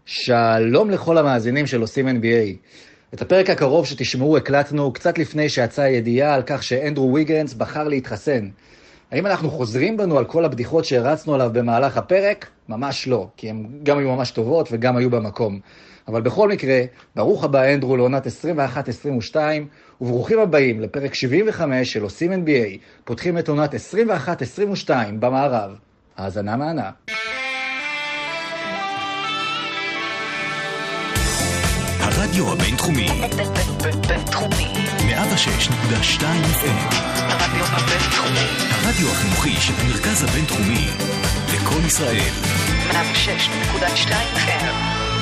שלום לכל המאזינים של עושים NBA. את הפרק הקרוב שתשמעו הקלטנו קצת לפני שיצאה הידיעה על כך שאנדרו ויגנס בחר להתחסן. האם אנחנו חוזרים בנו על כל הבדיחות שהרצנו עליו במהלך הפרק? ממש לא, כי הן גם היו ממש טובות וגם היו במקום. אבל בכל מקרה, ברוך הבא אנדרו לעונת 21-22, וברוכים הבאים לפרק 75 של עושים NBA. פותחים את עונת 21-22 במערב. האזנה מענה. הרדיו הבינתחומי. בינתחומי. 106.2 FM. הרדיו הבינתחומי. הרדיו החינוכי של המרכז הבינתחומי. לכל ישראל. 106.2 FM.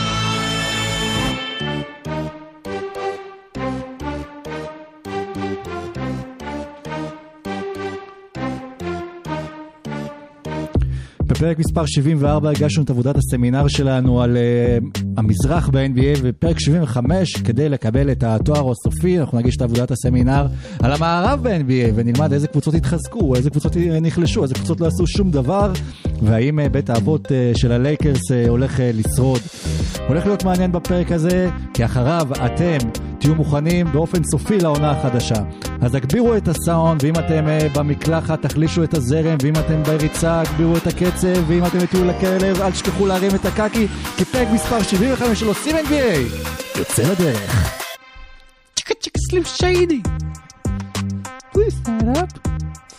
בפרק מספר 74 הגשנו את עבודת הסמינר שלנו על המזרח ב-NBA, ופרק 75 כדי לקבל את התואר הסופי אנחנו נגיש את עבודת הסמינר על המערב ב-NBA ונלמד איזה קבוצות התחזקו, איזה קבוצות נחלשו, איזה קבוצות לא עשו שום דבר, והאם בית האבות של הלייקרס הולך לשרוד. הולך להיות מעניין בפרק הזה, כי אחריו אתם תהיו מוכנים באופן סופי לעונה החדשה. אז הגבירו את הסאונד, ואם אתם במקלחת תחלישו את הזרם, ואם אתם בריצה הגבירו את הקצב, ואם אתם מטיעו לכלב אל תשכחו להרים את הקקי, כי פרק מספר 75 של עושים NBA יוצא לדרך. צ'יקה צ'יקה סלים שיידי. Please stand up.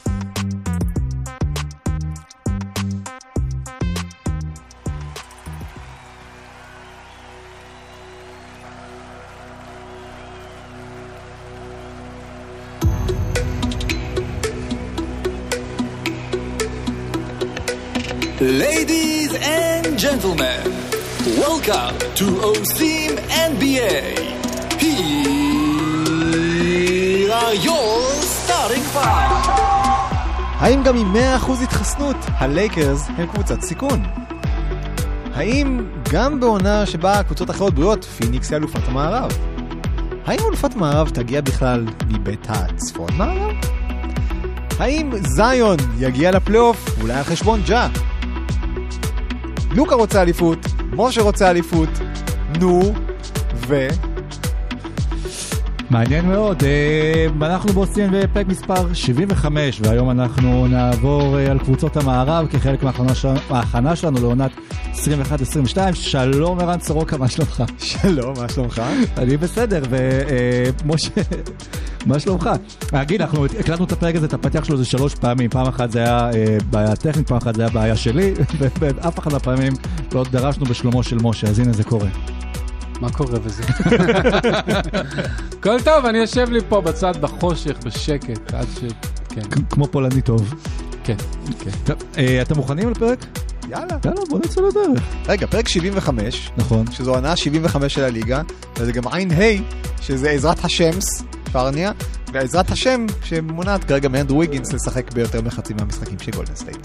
Ladies and gentlemen, welcome to OSIM NBA. Here are your starting five. האם גם עם 100% התחסנות, הלייקרס הם קבוצת סיכון? האם גם בעונה שבה קבוצות אחרות בריאות, פיניקס היא אלופת המערב? האם אלופת המערב תגיע בכלל מבית הצפון מערב? האם זיון יגיע לפלייאוף אולי על חשבון ג'ה? לוקה רוצה אליפות, משה רוצה אליפות, נו, מעניין מאוד. אנחנו בוסים בפרק מספר 75, והיום אנחנו נעבור על קבוצות המערב כחלק מההכנה שלנו לעונת 21-22. שלום ערן סורוקה, מה שלומך? שלום, מה שלומך? אני בסדר, ומשה, מה שלומך? אגיד, אנחנו הקלטנו את הפרק הזה, את הפתיח שלו זה 3 פעמים, פעם אחת זה היה בעיה טכנית, פעם אחת זה היה בעיה שלי, ואף אחד מהפעמים לא דרשנו בשלומו של משה, אז הנה זה קורה. מה קורה בזה? כל טוב, אני יושב לי פה בצד בחושך, בשקט, עד ש... כן. כמו פולני טוב. כן, כן. טוב, אתם מוכנים לפרק? יאללה. יאללה, בוא נצא לדרך. רגע, פרק 75. נכון. שזו עונה 75 של הליגה, וזה גם עין היי, שזה עזרת השמס, פרניה, ועזרת השם שמונעת כרגע מאנדרו ויגינס לשחק ביותר מחצי מהמשחקים של גולדן סטייט.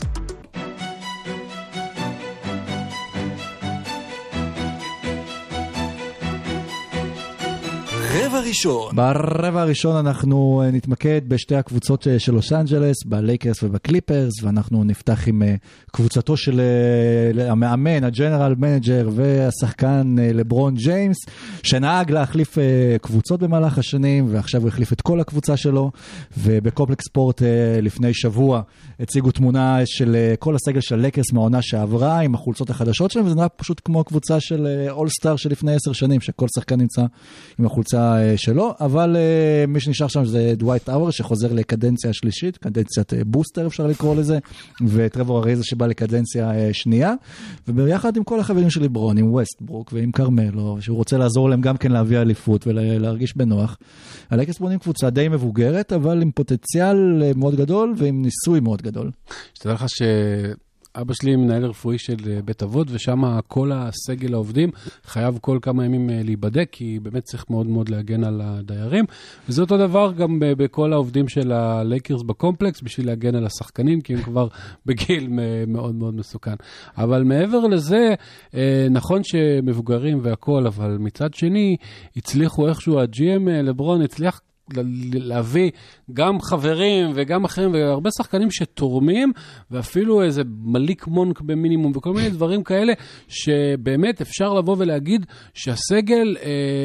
רבע ראשון. ברבע הראשון אנחנו נתמקד בשתי הקבוצות של לוס אנג'לס, בלייקרס ובקליפרס, ואנחנו נפתח עם קבוצתו של המאמן, הג'נרל מנג'ר והשחקן לברון ג'יימס, שנהג להחליף קבוצות במהלך השנים, ועכשיו הוא החליף את כל הקבוצה שלו, ובקומפלקס ספורט לפני שבוע הציגו תמונה של כל הסגל של הלייקרס מהעונה שעברה, עם החולצות החדשות שלהם, וזה נראה פשוט כמו קבוצה של אול-סטאר של לפני 10 שנים, שכל שחקן נמצא עם החולצה שלו, אבל מי שנשאר שם זה דווייט האווארד שחוזר לקדנציה השלישית, קדנציית בוסטר אפשר לקרוא לזה, וטרוור אריזה שבא לקדנציה שנייה, וביחד עם כל החברים של לברון, עם ווסטברוק ועם קרמלו, שהוא רוצה לעזור להם גם כן להביא אליפות ולהרגיש בנוח. הלייקרס בונים קבוצה די מבוגרת, אבל עם פוטנציאל מאוד גדול ועם ניסוי מאוד גדול. שתדע לך אבא שלי מנהל רפואי של בית אבות, ושם כל הסגל העובדים חייב כל כמה ימים להיבדק, כי באמת צריך מאוד מאוד להגן על הדיירים, וזה אותו דבר גם בכל העובדים של הלייקרס בקומפלקס, בשביל להגן על השחקנים, כי הם כבר בגיל מאוד מאוד מסוכן. אבל מעבר לזה, נכון שמבוגרים והכל, אבל מצד שני, הצליחו איכשהו, הג'י.אם לברון הצליח להביא גם חברים וגם אחרים, והרבה שחקנים שתורמים, ואפילו איזה מליק מונק במינימום, וכל מיני דברים כאלה, שבאמת אפשר לבוא ולהגיד שהסגל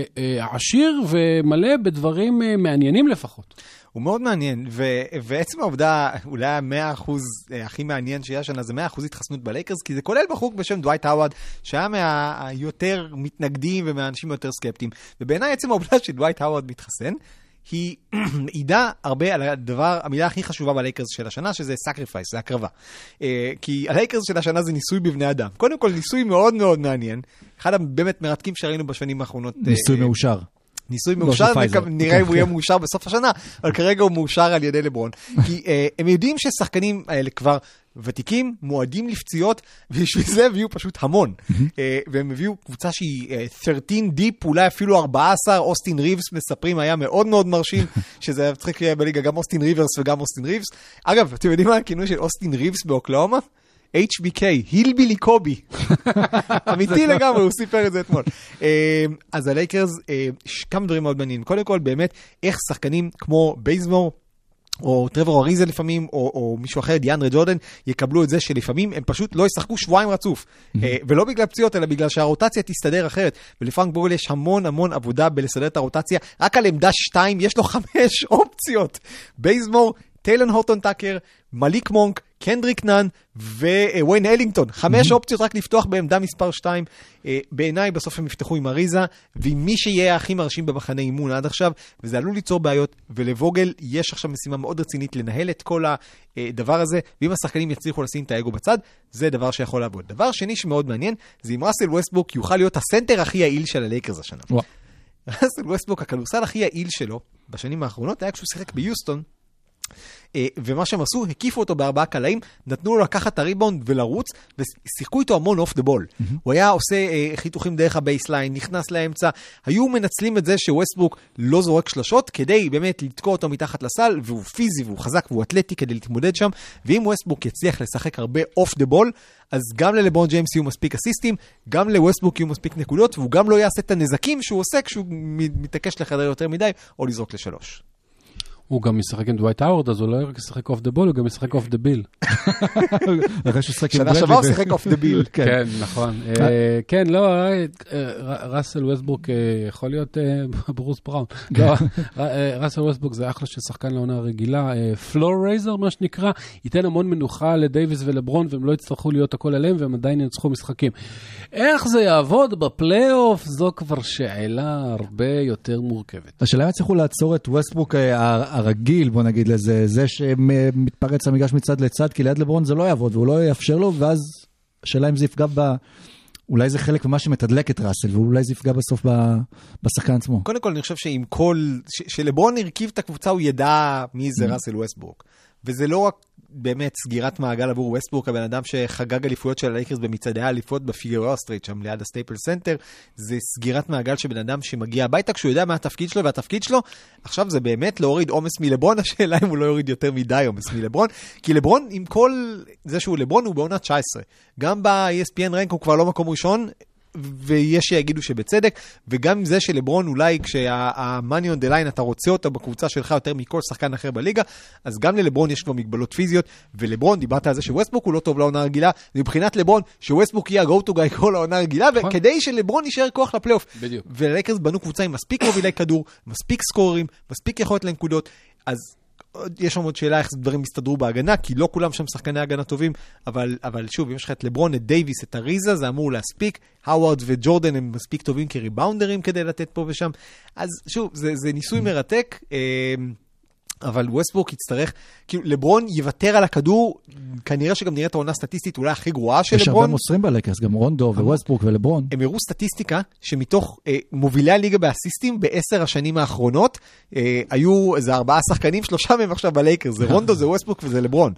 עשיר ומלא בדברים מעניינים לפחות. הוא מאוד מעניין, ועצם העובדה, אולי 100% הכי מעניין שיש שנה, זה 100% התחסנות בלייקרס, כי זה כולל בחור בשם דווייט האווארד, שהיה מהיותר מתנגדים ומהאנשים היותר סקפטיים. ובעיניי עצם העובדה שדווייט האווארד מתחסן, היא מעידה הרבה על הדבר, המילה הכי חשובה בלייקרס של השנה, שזה sacrifice, זה הקרבה. כי הלייקרס של השנה זה ניסוי בבני אדם. קודם כל, ניסוי מאוד מאוד מעניין. אחד הבאמת מרתקים שראינו בשנים האחרונות. ניסוי מאושר. ניסוי מאושר, נראה אם הוא יהיה מאושר בסוף השנה, אבל כרגע הוא מאושר על ידי לברון. כי הם יודעים ששחקנים האלה כבר ותיקים, מועדים לפציעות, ובשביל זה הביאו פשוט המון. והם הביאו קבוצה שהיא 13 דיפ, אולי אפילו 14, אוסטין ריבס מספרים, היה מאוד מאוד מרשים, שזה צריך להיות בליגה גם אוסטין ריברס וגם אוסטין ריבס. אגב, אתם יודעים מה הכינוי של אוסטין ריבס באוקלאומה? HBK, הילבילי קובי. אמיתי לגמרי, הוא סיפר את זה אתמול. אז הלייקרס, כמה דברים מאוד מעניינים. קודם כל, באמת, איך שחקנים כמו בייזמור, או טרוור אריזה לפעמים, או מישהו אחר, דיאנדרה ג'ורדן, יקבלו את זה שלפעמים הם פשוט לא ישחקו שבועיים רצוף. ולא בגלל פציעות, אלא בגלל שהרוטציה תסתדר אחרת. ולפרנק ווגל יש המון המון עבודה בלסדר את הרוטציה. רק על עמדה 2 יש לו 5 אופציות. בייזמור, טיילן הורטון טאקר, מליק מונק, קנדריק נאן וויין אלינגטון. 5 אופציות רק לפתוח בעמדה מספר 2. בעיניי בסוף הם יפתחו עם אריזה, ועם מי שיהיה הכי מרשים במחנה אימון עד עכשיו, וזה עלול ליצור בעיות, ולווגל יש עכשיו משימה מאוד רצינית לנהל את כל הדבר הזה, ואם השחקנים יצליחו לשים את האגו בצד, זה דבר שיכול לעבוד. דבר שני שמאוד מעניין, זה אם ראסל ווסטברוק יוכל להיות הסנטר הכי יעיל של הלייקרס השנה. ראסל ווסטברוק, הכדורסל הכי יעיל שלו בשנים האחרונות, היה כשהוא שיחק ביוסטון, ומה שהם עשו, הקיפו אותו ב4 קלעים, נתנו לו לקחת את הריבאונד ולרוץ, ושיחקו איתו המון אוף דה בול. הוא היה עושה חיתוכים דרך הבייסליין, נכנס לאמצע, היו מנצלים את זה שווסטברוק לא זורק שלשות, כדי באמת לתקוע אותו מתחת לסל, והוא פיזי והוא חזק והוא אתלטי כדי להתמודד שם, ואם ווסטברוק יצליח לשחק הרבה אוף דה בול, אז גם ללברון ג'יימס יהיו מספיק אסיסטים, גם לווסטברוק יהיו מספיק נקודות, והוא גם לא יעשה את הנזקים שהוא עושה כשהוא מתעקש לחדר יותר מדי, או לזרוק לשלוש. הוא גם משחק עם דווייט האווארד, אז הוא לא רק ישחק אוף דה בול, הוא גם ישחק אוף דה ביל. שנה שבה הוא שיחק אוף דה ביל. כן, נכון. כן, לא, ראסל ווסטברוק יכול להיות ברוס בראון. ראסל ווסטברוק זה אחלה של שחקן לעונה הרגילה. פלור רייזר, מה שנקרא, ייתן המון מנוחה לדייביס ולברון, והם לא יצטרכו להיות הכל עליהם, והם עדיין ינצחו משחקים. איך זה יעבוד בפלייאוף? זו כבר שאלה הרבה יותר מורכבת. השאלה אם יצליחו לעצור את ווסטברוק הרגיל, בוא נגיד לזה, זה שמתפרץ המגרש מצד לצד, כי ליד לברון זה לא יעבוד, והוא לא יאפשר לו, ואז השאלה אם זה יפגע אולי זה חלק ממה שמתדלק את ראסל, ואולי זה יפגע בסוף בשחקן עצמו. קודם כל אני חושב שעם שלברון הרכיב את הקבוצה, הוא ידע מי זה ראסל ווסטברוק. וזה לא רק באמת סגירת מעגל עבור ווסטברוק, הבן אדם שחגג אליפויות של הלייקרס במצעדי האליפויות בפיגורו סטריט, שם ליד הסטייפל סנטר, זה סגירת מעגל שבן אדם שמגיע הביתה כשהוא יודע מה התפקיד שלו, והתפקיד שלו, עכשיו זה באמת להוריד עומס מלברון, השאלה אם הוא לא יוריד יותר מדי עומס מלברון, כי לברון, עם כל זה שהוא לברון, הוא בעונה 19. גם ב-ESPN רנק הוא כבר לא מקום ראשון, ויש שיגידו שבצדק, וגם עם זה שלברון אולי כשהמאני און דה ליין אתה רוצה אותה בקבוצה שלך יותר מכל שחקן אחר בליגה, אז גם ללברון יש כבר מגבלות פיזיות, ולברון, דיברת על זה שווסטברוק הוא לא טוב לעונה רגילה, מבחינת לברון שווסטברוק יהיה ה-go to guy כל העונה רגילה, וכדי שלברון יישאר כוח לפלייאוף. בדיוק. וללייקרס בנו קבוצה עם מספיק מובילי כדור, מספיק סקוררים, מספיק יכולת לנקודות, אז יש שם עוד שאלה איך דברים מסתדרו בהגנה, כי לא כולם שם שחקני הגנה טובים, אבל שוב, אם יש לך את לברון, את דייביס, את אריזה, זה אמור להספיק. האווארד וג'ורדן הם מספיק טובים כריבאונדרים כדי לתת פה ושם. אז שוב, זה ניסוי מרתק, אבל ווסטברוק יצטרך, כאילו לברון יוותר על הכדור, כנראה שגם נראית העונה סטטיסטית אולי הכי גרועה של לברון. יש הרבה מוסרים בלקרס, גם רונדו וווסטברוק ולברון. הם הראו סטטיסטיקה שמתוך מובילי הליגה באסיסטים ב10 השנים האחרונות, היו איזה 4 שחקנים, 3 מהם עכשיו בלייקרס, זה רונדו, זה ווסטברוק וזה לברון.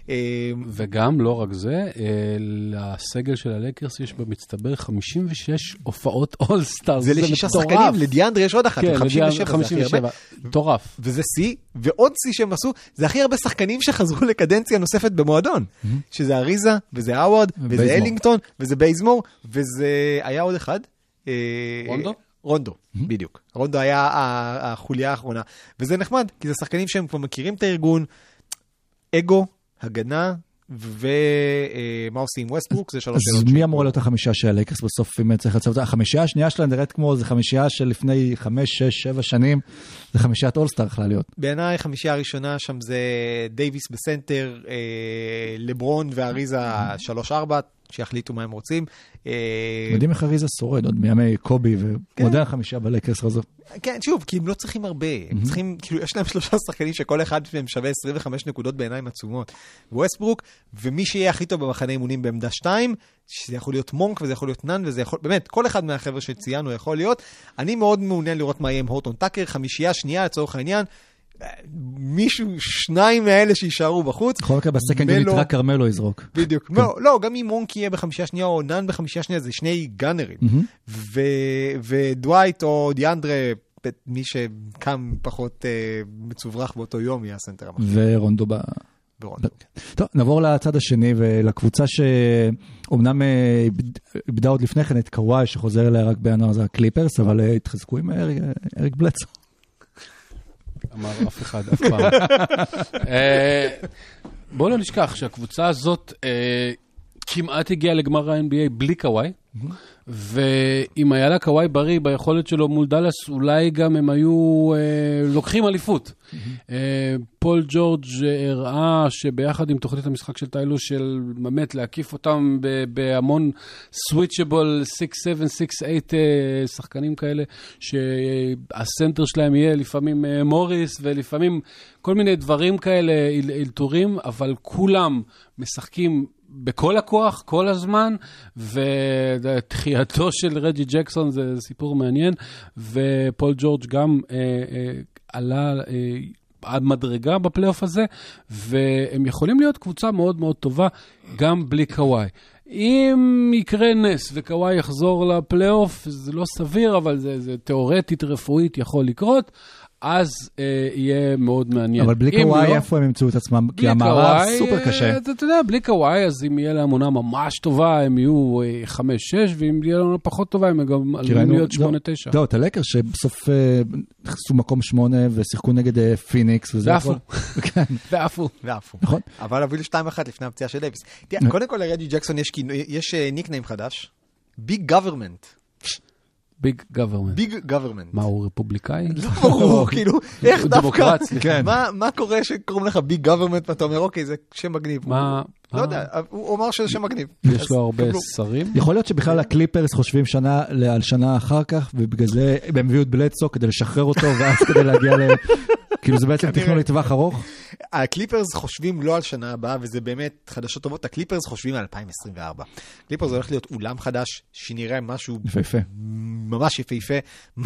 וגם לא רק זה, לסגל של הלייקרס יש במצטבר 56 הופעות אול-סטאר. זה ל6 שחקנים, לדיאנדרה יש עוד אחת, 57. מטורף. וזה סי, ועוד סי שהם עשו, זה הכי הרבה שחקנים שחזרו לקדנציה נוספת במועדון, שזה אריזה, וזה האווארד, וזה אלינגטון, וזה בייזמור, וזה היה עוד אחד. רונדו? רונדו, בדיוק. רונדו היה החוליה האחרונה, וזה נחמד, כי זה שחקנים שהם כבר מכירים את הארגון, אגו, הגנה, ומה עושים ווסטברוק, זה 3 שאלות. אז מי אמור להיות החמישה של הלייקרס בסוף, אם צריך לצאת? החמישה השנייה שלהם נראית כמו, זה חמישה של לפני 5, 6, 7 שנים, זה חמישיית אולסטאר יכלה להיות. בעיניי חמישייה הראשונה שם זה דייביס בסנטר, לברון ואריזה 3-4, שיחליטו מה הם רוצים. יודעים איך אריזה שורד, עוד מימי קובי, ומודע חמישה בלייקרס הזו. כן, שוב, כי הם לא צריכים הרבה. הם צריכים, כאילו, יש להם 3 שחקנים שכל אחד מהם שווה 25 נקודות בעיניים עצומות. ווסטברוק, ומי שיהיה הכי טוב במחנה אימונים בעמדה 2, שזה יכול להיות מונק, וזה יכול להיות נן, וזה יכול, באמת, כל אחד מהחבר'ה שציינו יכול להיות. אני מאוד מעוניין לראות מה יהיה עם הורטון טאקר, חמישייה שנייה, לצורך העניין, מישהו, 2 מהאלה שישארו בחוץ. יכול להיות בסקנד יוניט רק קרמלו יזרוק. בדיוק. לא, גם אם מונק יהיה בחמישייה שנייה, או נן בחמישייה שנייה, זה 2 גאנרים. ודווייט או דיאנדרה, מי שקם פחות מצוברח באותו יום, יהיה הסנטר המחשב. ורונדו טוב, נעבור לצד השני, ולקבוצה שאומנם איבדה עוד לפני כן את קוואי, שחוזר אליה רק בינואר, זה הקליפרס, אבל התחזקו עם אריק בלדסו. אמר אף אחד, אף פעם. בואו לא נשכח שהקבוצה הזאת כמעט הגיעה לגמר ה-NBA בלי קוואי, ואם היה לה קוואי בריא ביכולת שלו מול דלס, אולי גם הם היו לוקחים אליפות. פול ג'ורג' הראה שביחד עם תוכנית המשחק של טיילו, של באמת להקיף אותם בהמון סוויצ'בול 6-7, 6-8 שחקנים כאלה, שהסנטר שלהם יהיה לפעמים מוריס, ולפעמים כל מיני דברים כאלה אלתורים, אבל כולם משחקים בכל הכוח, כל הזמן, ותחייתו של רג'י ג'קסון זה סיפור מעניין, ופול ג'ורג' גם עלה עד מדרגה בפלייאוף הזה, והם יכולים להיות קבוצה מאוד מאוד טובה, גם בלי קוואי. אם יקרה נס וקוואי יחזור לפלייאוף, זה לא סביר, אבל זה תיאורטית, רפואית יכול לקרות, אז יהיה מאוד מעניין. אבל בלי קוואי, איפה הם ימצאו את עצמם? כי המערב סופר קשה. אתה יודע, בלי קוואי, אז אם יהיה להם עונה ממש טובה, הם יהיו 5-6, ואם יהיה להם פחות טובה, הם גם עלולים להיות 8-9. לא, את הלקר שבסוף נכנסו מקום 8, ושיחקו נגד פיניקס, ועפו. נכון. אבל הובילו 2-1 לפני הפציעה של דייביס. קודם כל לרג'י ג'קסון יש ניקניים חדש, ביג גוברמנט. ביג גוברמנט. ביג גוברמנט. מה, הוא רפובליקאי? לא ברור, כאילו, איך דווקא? כן. מה קורה שקוראים לך ביג גוברמנט, ואתה אומר, אוקיי, זה שם מגניב. מה? לא יודע, הוא אמר שזה שם מגניב. יש לו הרבה שרים? יכול להיות שבכלל הקליפרס חושבים שנה על שנה אחר כך, ובגלל זה הם הביאו את בלדסו כדי לשחרר אותו, ואז כדי להגיע כאילו זה בעצם תכנון לטווח ארוך? הקליפרס חושבים לא על שנה הבאה, וזה באמת חדשות טובות. הקליפרס חושבים על 2024. הקליפרס הולך להיות אולם חדש, שנראה משהו ממש יפהפה.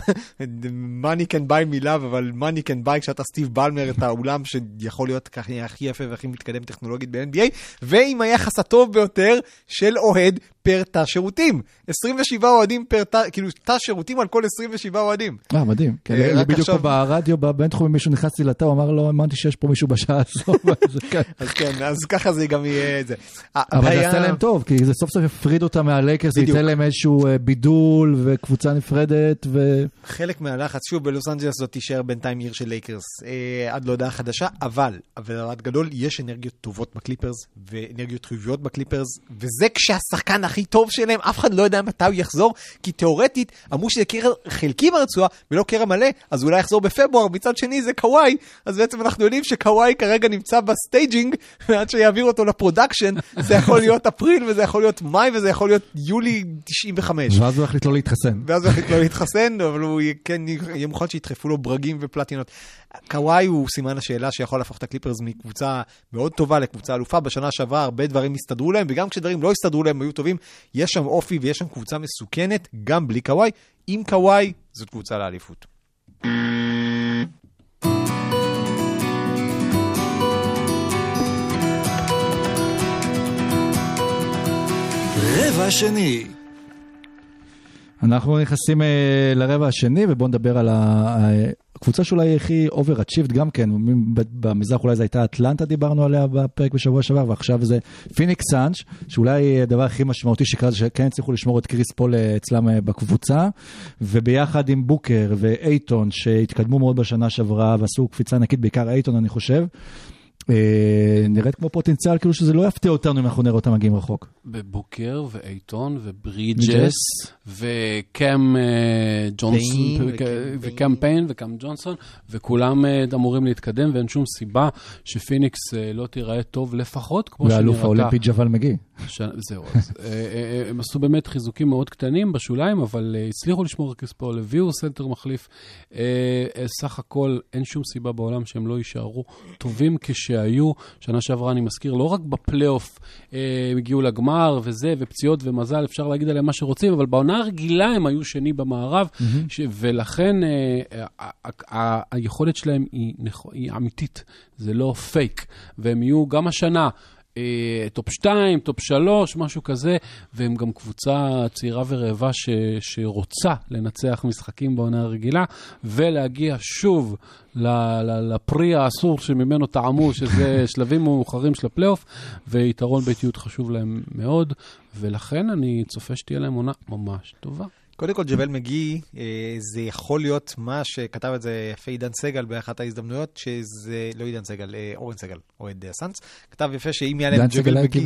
money can buy מילה, אבל money can buy כשאתה סטיב בלמר את האולם שיכול להיות ככה הכי יפה והכי מתקדם טכנולוגית ב-NBA, ועם היחס הטוב ביותר של אוהד פר תא שירותים. 27 אוהדים פר תא, כאילו תא שירותים על כל 27 אוהדים. מדהים. בדיוק פה ברדיו, בבין תחום, מישהו נכנס לי לתא, הוא אמר לו, אמרתי שיש פה מישהו בשעה הזו. אז כן, אז ככה זה גם יהיה זה. אבל זה עשה להם טוב, כי זה סוף סוף יפריד אותם מהלייקרס, זה ייתן להם איזשהו בידול וקבוצה נפרדת. חלק מהלחץ, שוב, בלוס אנג'לס זאת תישאר בינתיים עיר של לייקרס, עד להודעה חדשה, אבל גדול, יש אנרגיות טובות בקליפרס, ואנרגיות חיוביות בקליפרס, וזה כשהשחקן הכי טוב שלהם, אף אחד לא יודע מתי הוא יחזור, כי תיאורטית אמרו שזה קרע חלקי ברצועה, ולא קרע מלא, אז אולי יחזור בפברואר, מצד שני זה קוואי, אז בעצם אנחנו יודעים שקוואי כרגע נמצא בסטייג'ינג, ועד שיעביר אותו לפרודקשן, זה יכול להיות אפריל, וזה יכול להיות מאי, וזה יכול להיות יולי 95. ואז הוא החליט לא להתחסן. אבל הוא יהיה מוכן שידחפו לו ברגים ופלטינות. קוואי הוא סימן השאלה שיכול להפוך את הקליפרס מקבוצה מאוד טובה לקבוצה אלופה. בשנה שעברה הרבה דברים הסתדרו להם, וגם כשדברים לא הסתדרו להם היו טובים. יש שם אופי ויש שם קבוצה מסוכנת, גם בלי קוואי. עם קוואי, זאת קבוצה לאליפות. רבע שני. אנחנו נכנסים לרבע השני, ובואו נדבר על הקבוצה שאולי הכי overachieved גם כן, במזרח אולי זו הייתה אטלנטה, דיברנו עליה בפרק בשבוע שעבר, ועכשיו זה פיניקס סאנס, שאולי הדבר הכי משמעותי שקרה, שכן הצליחו לשמור את קריס פול אצלם בקבוצה, וביחד עם בוקר ואייטון, שהתקדמו מאוד בשנה שעברה, ועשו קפיצה ענקית, בעיקר אייטון אני חושב, נראית כמו פוטנציאל, כאילו שזה לא יפתיע אותנו אם אנחנו נראה אותם מגיעים רחוק. בבוקר ואייטון וברידג'ס וקם ג'ונסון וקם פיין וקם ג'ונסון, וכולם אמורים להתקדם, ואין שום סיבה שפיניקס לא תיראה טוב לפחות כמו שנראתה. ואלוף האולימפי ג'בל מגי. זהו, הם עשו באמת חיזוקים מאוד קטנים בשוליים, אבל הצליחו לשמור קריס פול, הביאו סנטר מחליף. סך הכל אין שום סיבה בעולם שהם לא יישארו טובים כשהיו. שנה שעברה אני מזכיר, לא רק בפלייאוף הם הגיעו לגמר וזה, ופציעות ומזל, אפשר להגיד עליהם מה שרוצים, אבל בעונה הרגילה הם היו שני במערב, ולכן היכולת שלהם היא אמיתית, זה לא פייק, והם יהיו גם השנה טופ 2, טופ 3, משהו כזה, והם גם קבוצה צעירה ורעבה שרוצה לנצח משחקים בעונה הרגילה, ולהגיע שוב לפרי האסור שממנו טעמו, שזה שלבים מאוחרים של הפלייאוף, ויתרון ביתיות חשוב להם מאוד, ולכן אני צופה שתהיה להם עונה ממש טובה. קודם כל, ג'בל מגי, זה יכול להיות מה שכתב את זה יפה עידן סגל באחת ההזדמנויות, שזה לא עידן סגל, אורן סגל, אוהד הסאנס, כתב יפה שאם יעלה ג'בל מגי...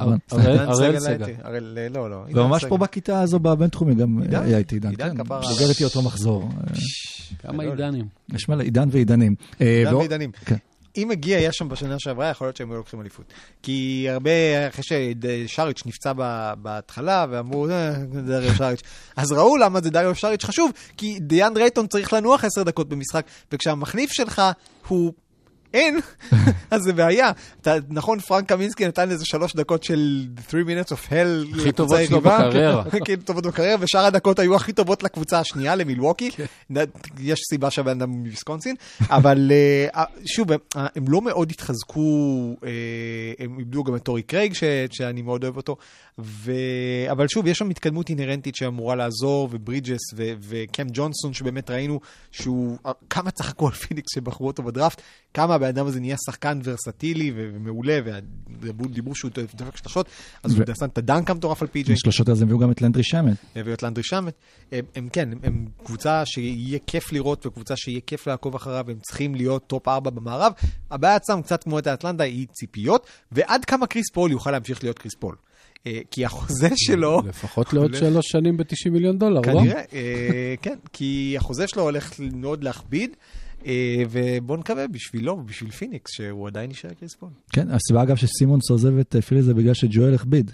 הראל סגל. לא. וממש פה בכיתה הזו בבינתחומי גם היה איתי עידן. שוגר איתי אותו מחזור. כמה עידנים. יש מלא, עידן ועידנים. עידן ועידנים. אם הגיע, היה שם בשנה שעברה, יכול להיות שהם לא לוקחים אליפות. כי הרבה, אחרי ששריץ' נפצע בהתחלה, ואמרו, דריו שריץ', אז ראו למה זה דריו שריץ' חשוב, כי דיאן רייטון צריך לנוח 10 דקות במשחק, וכשהמחליף שלך הוא אין, אז זה בעיה. נכון, פרנק קמינסקי נתן איזה 3 דקות של 3 minutes of hell. הכי טובות שלו בקריירה. הכי טובות בקריירה, ושאר הדקות היו הכי טובות לקבוצה השנייה, למילווקי. יש סיבה שהבן אדם מוויסקונסין. אבל שוב, הם לא מאוד התחזקו, הם איבדו גם את טורי קרייג, שאני מאוד אוהב אותו. אבל שוב, יש שם התקדמות אינרנטית שאמורה לעזור, וברידג'ס וקם ג'ונסון, שבאמת ראינו שהוא, כמה צחקו על פיניקס שבחרו אותו בדראפט, כמה הבן הזה נהיה שחקן ורסטילי ומעולה, ודיברו שהוא דפק שלשות, אז הוא דסן את הדנק המטורף על פי.ג'יי. שלשות אז הביאו גם את לנדרי שמט. הביאו את לנדרי שמט. הם כן, הם קבוצה שיהיה כיף לראות, וקבוצה שיהיה כיף לעקוב אחריו, הם צריכים להיות טופ 4 במערב. הבעיה עצם, קצת כמו את האטלנטה, היא ציפיות, ועד כמה קריס פול יוכל להמשיך להיות קריס פול. כי החוזה שלו... לפחות לעוד 3 שנים ב$90 מיליון, לא? כנראה, כן, כי החוזה שלו הולך מאוד להכביד, ובוא נקווה בשבילו ובשביל פיניקס, שהוא עדיין נשאר קריס פול. כן, הסיבה אגב שסימונס עוזב את פילי זה בגלל שג'ואל הכביד.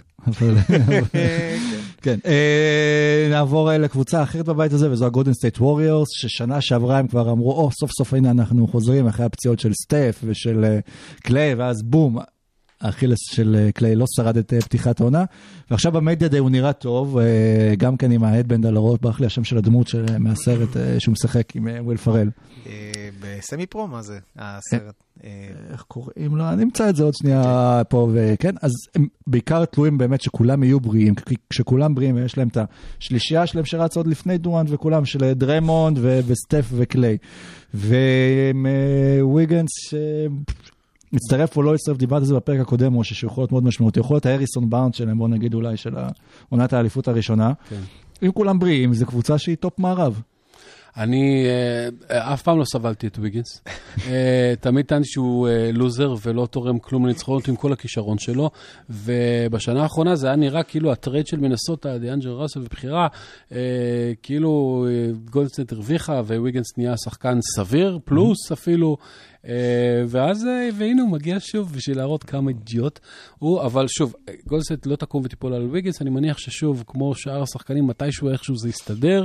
כן. נעבור לקבוצה אחרת בבית הזה, וזו הגולדן סטייט ווריורס, ששנה שעברה הם כבר אמרו, סוף סוף הנה אנחנו חוזרים אחרי הפציעות של סטף ושל קליי, ואז בום, האכילס של קליי לא שרד את פתיחת העונה, ועכשיו במדיה די הוא נראה טוב, גם כן עם ההדבנד על הראש, ברח לי השם של הדמות מהסרט שהוא משחק עם וויל פרל. בסמי פרו, מה זה הסרט? איך קוראים לו? אני אמצא את זה עוד שנייה פה, וכן, אז הם בעיקר תלויים באמת שכולם יהיו בריאים, כי כשכולם בריאים יש להם את השלישייה שלהם שרץ עוד לפני דורנט וכולם, של דרמונד וסטף וקליי, וויגנס מצטרף או לא יצטרף, דיברת על זה בפרק הקודם, או שיכול להיות מאוד משמעותי, יכול להיות ההריסון באונד שלהם, בוא נגיד אולי של עונת האליפות הראשונה. אם כולם בריאים, זו קבוצה שהיא טופ מערב. אני אף פעם לא סבלתי את ויגינס. תמיד טענתי שהוא לוזר ולא תורם כלום לניצחונות עם כל הכישרון שלו, ובשנה האחרונה זה היה נראה כאילו הטרייד של מנסוטה, דיאנג'ל ראסל ובחירה, כאילו גולדסטייט הרוויחה וויגינס נהיה שחקן סביר, פלוס אפילו, ואז והנה הוא מגיע שוב בשביל להראות כמה אידיוט הוא, אבל שוב, גולדסטייט לא תקום ותיפול על ויגינס, אני מניח ששוב, כמו שאר השחקנים, מתישהו איכשהו זה יסתדר,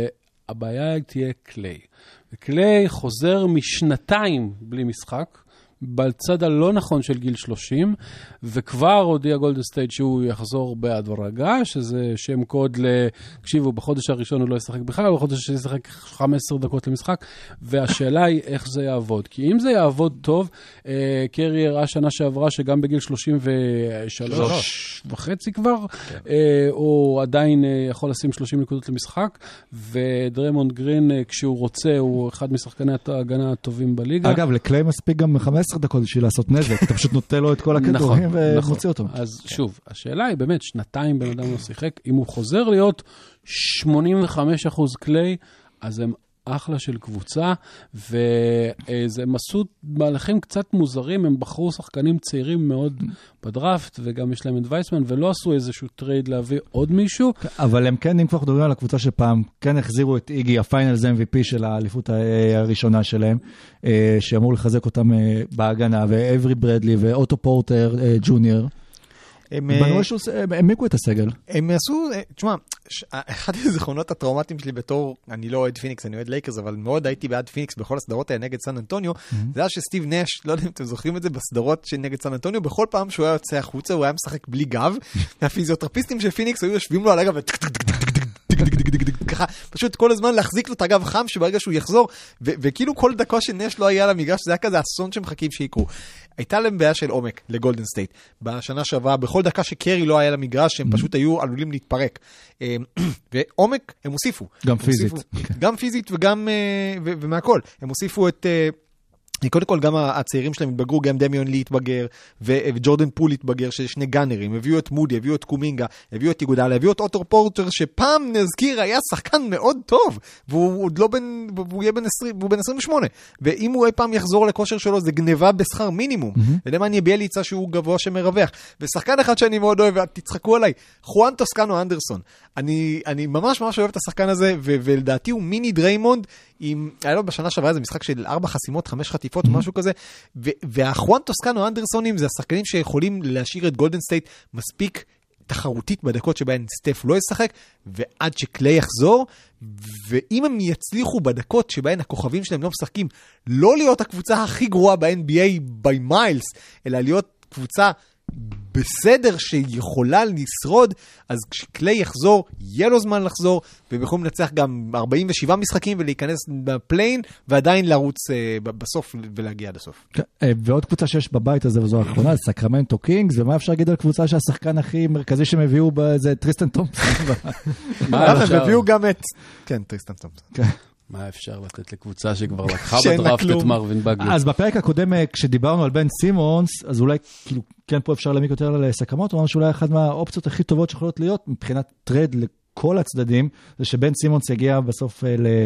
והבעיה תהיה קליי. וקליי חוזר משנתיים בלי משחק, בצד הלא נכון של גיל 30, וכבר הודיע גולדן סטייט שהוא יחזור בהדרגה, שזה שם קוד תקשיבו, בחודש הראשון הוא לא ישחק בכלל, בחודש השני ישחק 15 דקות למשחק, והשאלה היא איך זה יעבוד. כי אם זה יעבוד טוב, קרי הראה שנה שעברה שגם בגיל 33 וחצי כבר, הוא עדיין יכול לשים 30 נקודות למשחק, ודריימונד גרין, כשהוא רוצה, הוא אחד משחקני ההגנה הטובים בליגה. אגב, לקליי מספיק גם 15 דקות בשביל לעשות נזק, אתה פשוט נוטה לו את כל הכדורים ומוציא אותו. אז שוב, השאלה היא באמת, שנתיים בן אדם לא שיחק, אם הוא חוזר להיות 85% קליי, אז הם אחלה של קבוצה, וזה עשו מהלכים קצת מוזרים, הם בחרו שחקנים צעירים מאוד בדראפט, וגם יש להם את וייסמן, ולא עשו איזשהו טרייד להביא עוד מישהו. אבל הם כן, אם כבר מדברים על הקבוצה שפעם, כן החזירו את איגי, הפיינלס MVP של האליפות הראשונה שלהם, שאמור לחזק אותם בהגנה, ואברי ברדלי ואוטו פורטר ג'וניור. הם העמיקו את הסגל. הם עשו, תשמע, אחד הזיכרונות הטראומטיים שלי בתור, אני לא אוהד פיניקס, אני אוהד לייקרס, אבל מאוד הייתי בעד פיניקס בכל הסדרות האלה נגד סן אנטוניו, זה היה שסטיב נש, לא יודע אם אתם זוכרים את זה, בסדרות שנגד סן אנטוניו, בכל פעם שהוא היה יוצא החוצה, הוא היה משחק בלי גב, והפיזיותרפיסטים של פיניקס היו יושבים לו על הגב, ככה, פשוט כל הזמן להחזיק לו את הגב חם, שברגע שהוא יחזור, וכאילו כל דקה שנש לא היה למגרש, זה היה כזה אסון שמחכים שיקרו. הייתה להם בעיה של עומק לגולדן סטייט. בשנה שעברה, בכל דקה שקרי לא היה למגרש, הם פשוט היו עלולים להתפרק. ועומק הם הוסיפו. גם פיזית. גם פיזית ומהכל. הם הוסיפו את... קודם כל, גם הצעירים שלהם התבגרו, גם דמיון לי התבגר, וג'ורדן פול התבגר, שזה שני גאנרים, הביאו את מודי, הביאו את קומינגה, הביאו את איגודל, הביאו את אוטו פורטר, שפעם נזכיר היה שחקן מאוד טוב, והוא עוד לא והוא יהיה בן 28, ואם הוא אי פעם יחזור לכושר שלו, זה גניבה בשכר מינימום, ולמה אני אביע ליצה שהוא גבוה שמרווח, ושחקן אחד שאני מאוד אוהב, תצחקו עליי, חואן טוסקנו אנדרסון, אני ממש ממש אוהב את השחקן הזה, ולדעתי הוא מיני דריימונד, היה לו בשנה שעברה איזה משחק של 4 חסימות, 5 חטיפות או משהו כזה, והחואן טוסקנו אנדרסונים זה השחקנים שיכולים להשאיר את גולדן סטייט מספיק תחרותית בדקות שבהן סטף לא ישחק, ועד שקליי יחזור, ואם הם יצליחו בדקות שבהן הכוכבים שלהם לא משחקים, לא להיות הקבוצה הכי גרועה ב-NBA by miles, אלא להיות קבוצה בסדר שיכולה לשרוד, אז כשקליי יחזור, יהיה לו זמן לחזור, והם יכולים לנצח גם 47 משחקים ולהיכנס בפליין, ועדיין לרוץ בסוף ולהגיע עד הסוף. ועוד קבוצה שיש בבית הזה, וזו האחרונה, זה סקרמנטו קינגס, ומה אפשר להגיד על קבוצה שהשחקן הכי מרכזי שהם הביאו זה טריסטן תומפסון. הם הביאו גם את... כן, טריסטן תומפסון. מה אפשר לתת לקבוצה שכבר לקחה בדראפט את מרווין בגלי? אז בפרק הקודם, כשדיברנו על בן סימונס, אז אולי כאילו, כן פה אפשר להעמיק יותר לסקרמנטו, אמרנו שאולי אחת מהאופציות הכי טובות שיכולות להיות, מבחינת טרייד לכל הצדדים, זה שבן סימונס יגיע בסוף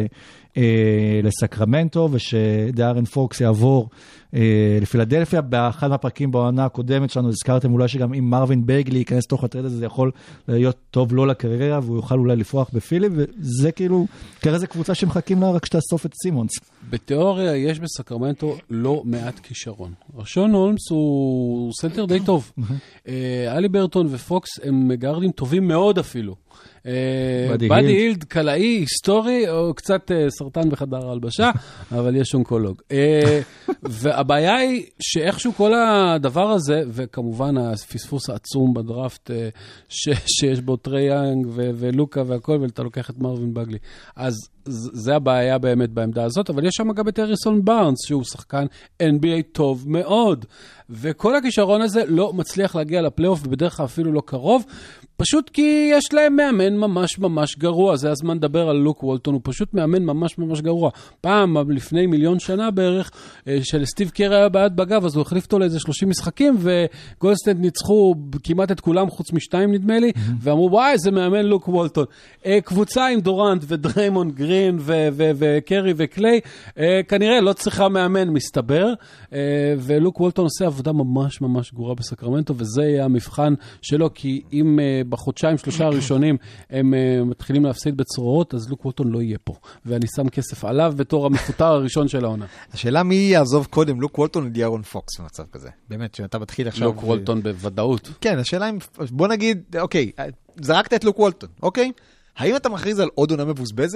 לסקרמנטו, ושדארן פוקס יעבור לפילדלפיה. באחד מהפרקים בעונה הקודמת שלנו, הזכרתם אולי שגם אם מרווין בגלי ייכנס תוך הטרייד הזה, זה יכול להיות טוב לו לקריירה, והוא יוכל אולי לפרוח בפילי, וזה כאילו, כרגע זה קבוצה שמחכים לה רק שתאסוף את סימונס. בתיאוריה יש בסקרמנטו לא מעט כישרון. ראשון הולמס הוא סנטר די טוב. אלי ברטון ופוקס הם גארדים טובים מאוד אפילו. בדי הילד, קלעי, היסטורי, או קצת סרטן בחדר הלבשה, אבל יש אונקולוג. והבעיה היא שאיכשהו כל הדבר הזה, וכמובן הפספוס העצום בדראפט, שיש בו טרי יאנג ולוקה והכל, ואתה לוקח את מרווין בגלי. אז זה הבעיה באמת בעמדה הזאת, אבל יש שם גם את הריסון בארנס, שהוא שחקן NBA טוב מאוד, וכל הכישרון הזה לא מצליח להגיע לפלייאוף, ובדרך כלל אפילו לא קרוב, פשוט כי יש להם מאמן ממש ממש גרוע, זה הזמן לדבר על לוק וולטון, הוא פשוט מאמן ממש ממש גרוע. פעם, לפני 1,000,000 שנה בערך, של סטיב קרי היה בעד בגב, אז הוא החליף אותו לאיזה 30 משחקים, וגולדסטייט ניצחו כמעט את כולם, חוץ משתיים נדמה לי, ואמרו, וואי, זה מאמן לוק וולטון. קבוצה עם דורנט ודריימונד גרין וקרי וקליי, כנראה לא צריכה מאמן, מסתבר, ולוק וולטון עושה עבודה ממש ממש גרוע בסקרמנטו, וזה יהיה המבחן שלו, כי אם בחודשיים 3 הראשונים הם מתחילים להפסיד בצרורות, אז לוק וולטון לא יהיה פה. ואני שם כסף עליו בתור המפוטר הראשון של העונה. השאלה מי יעזוב קודם, לוק וולטון או דיארון פוקס במצב כזה? באמת, שאתה מתחיל עכשיו... לוק וולטון בוודאות. כן, השאלה אם... בוא נגיד, אוקיי, זרקת את לוק וולטון, אוקיי? האם אתה מכריז על עוד עונה מבוזבזת?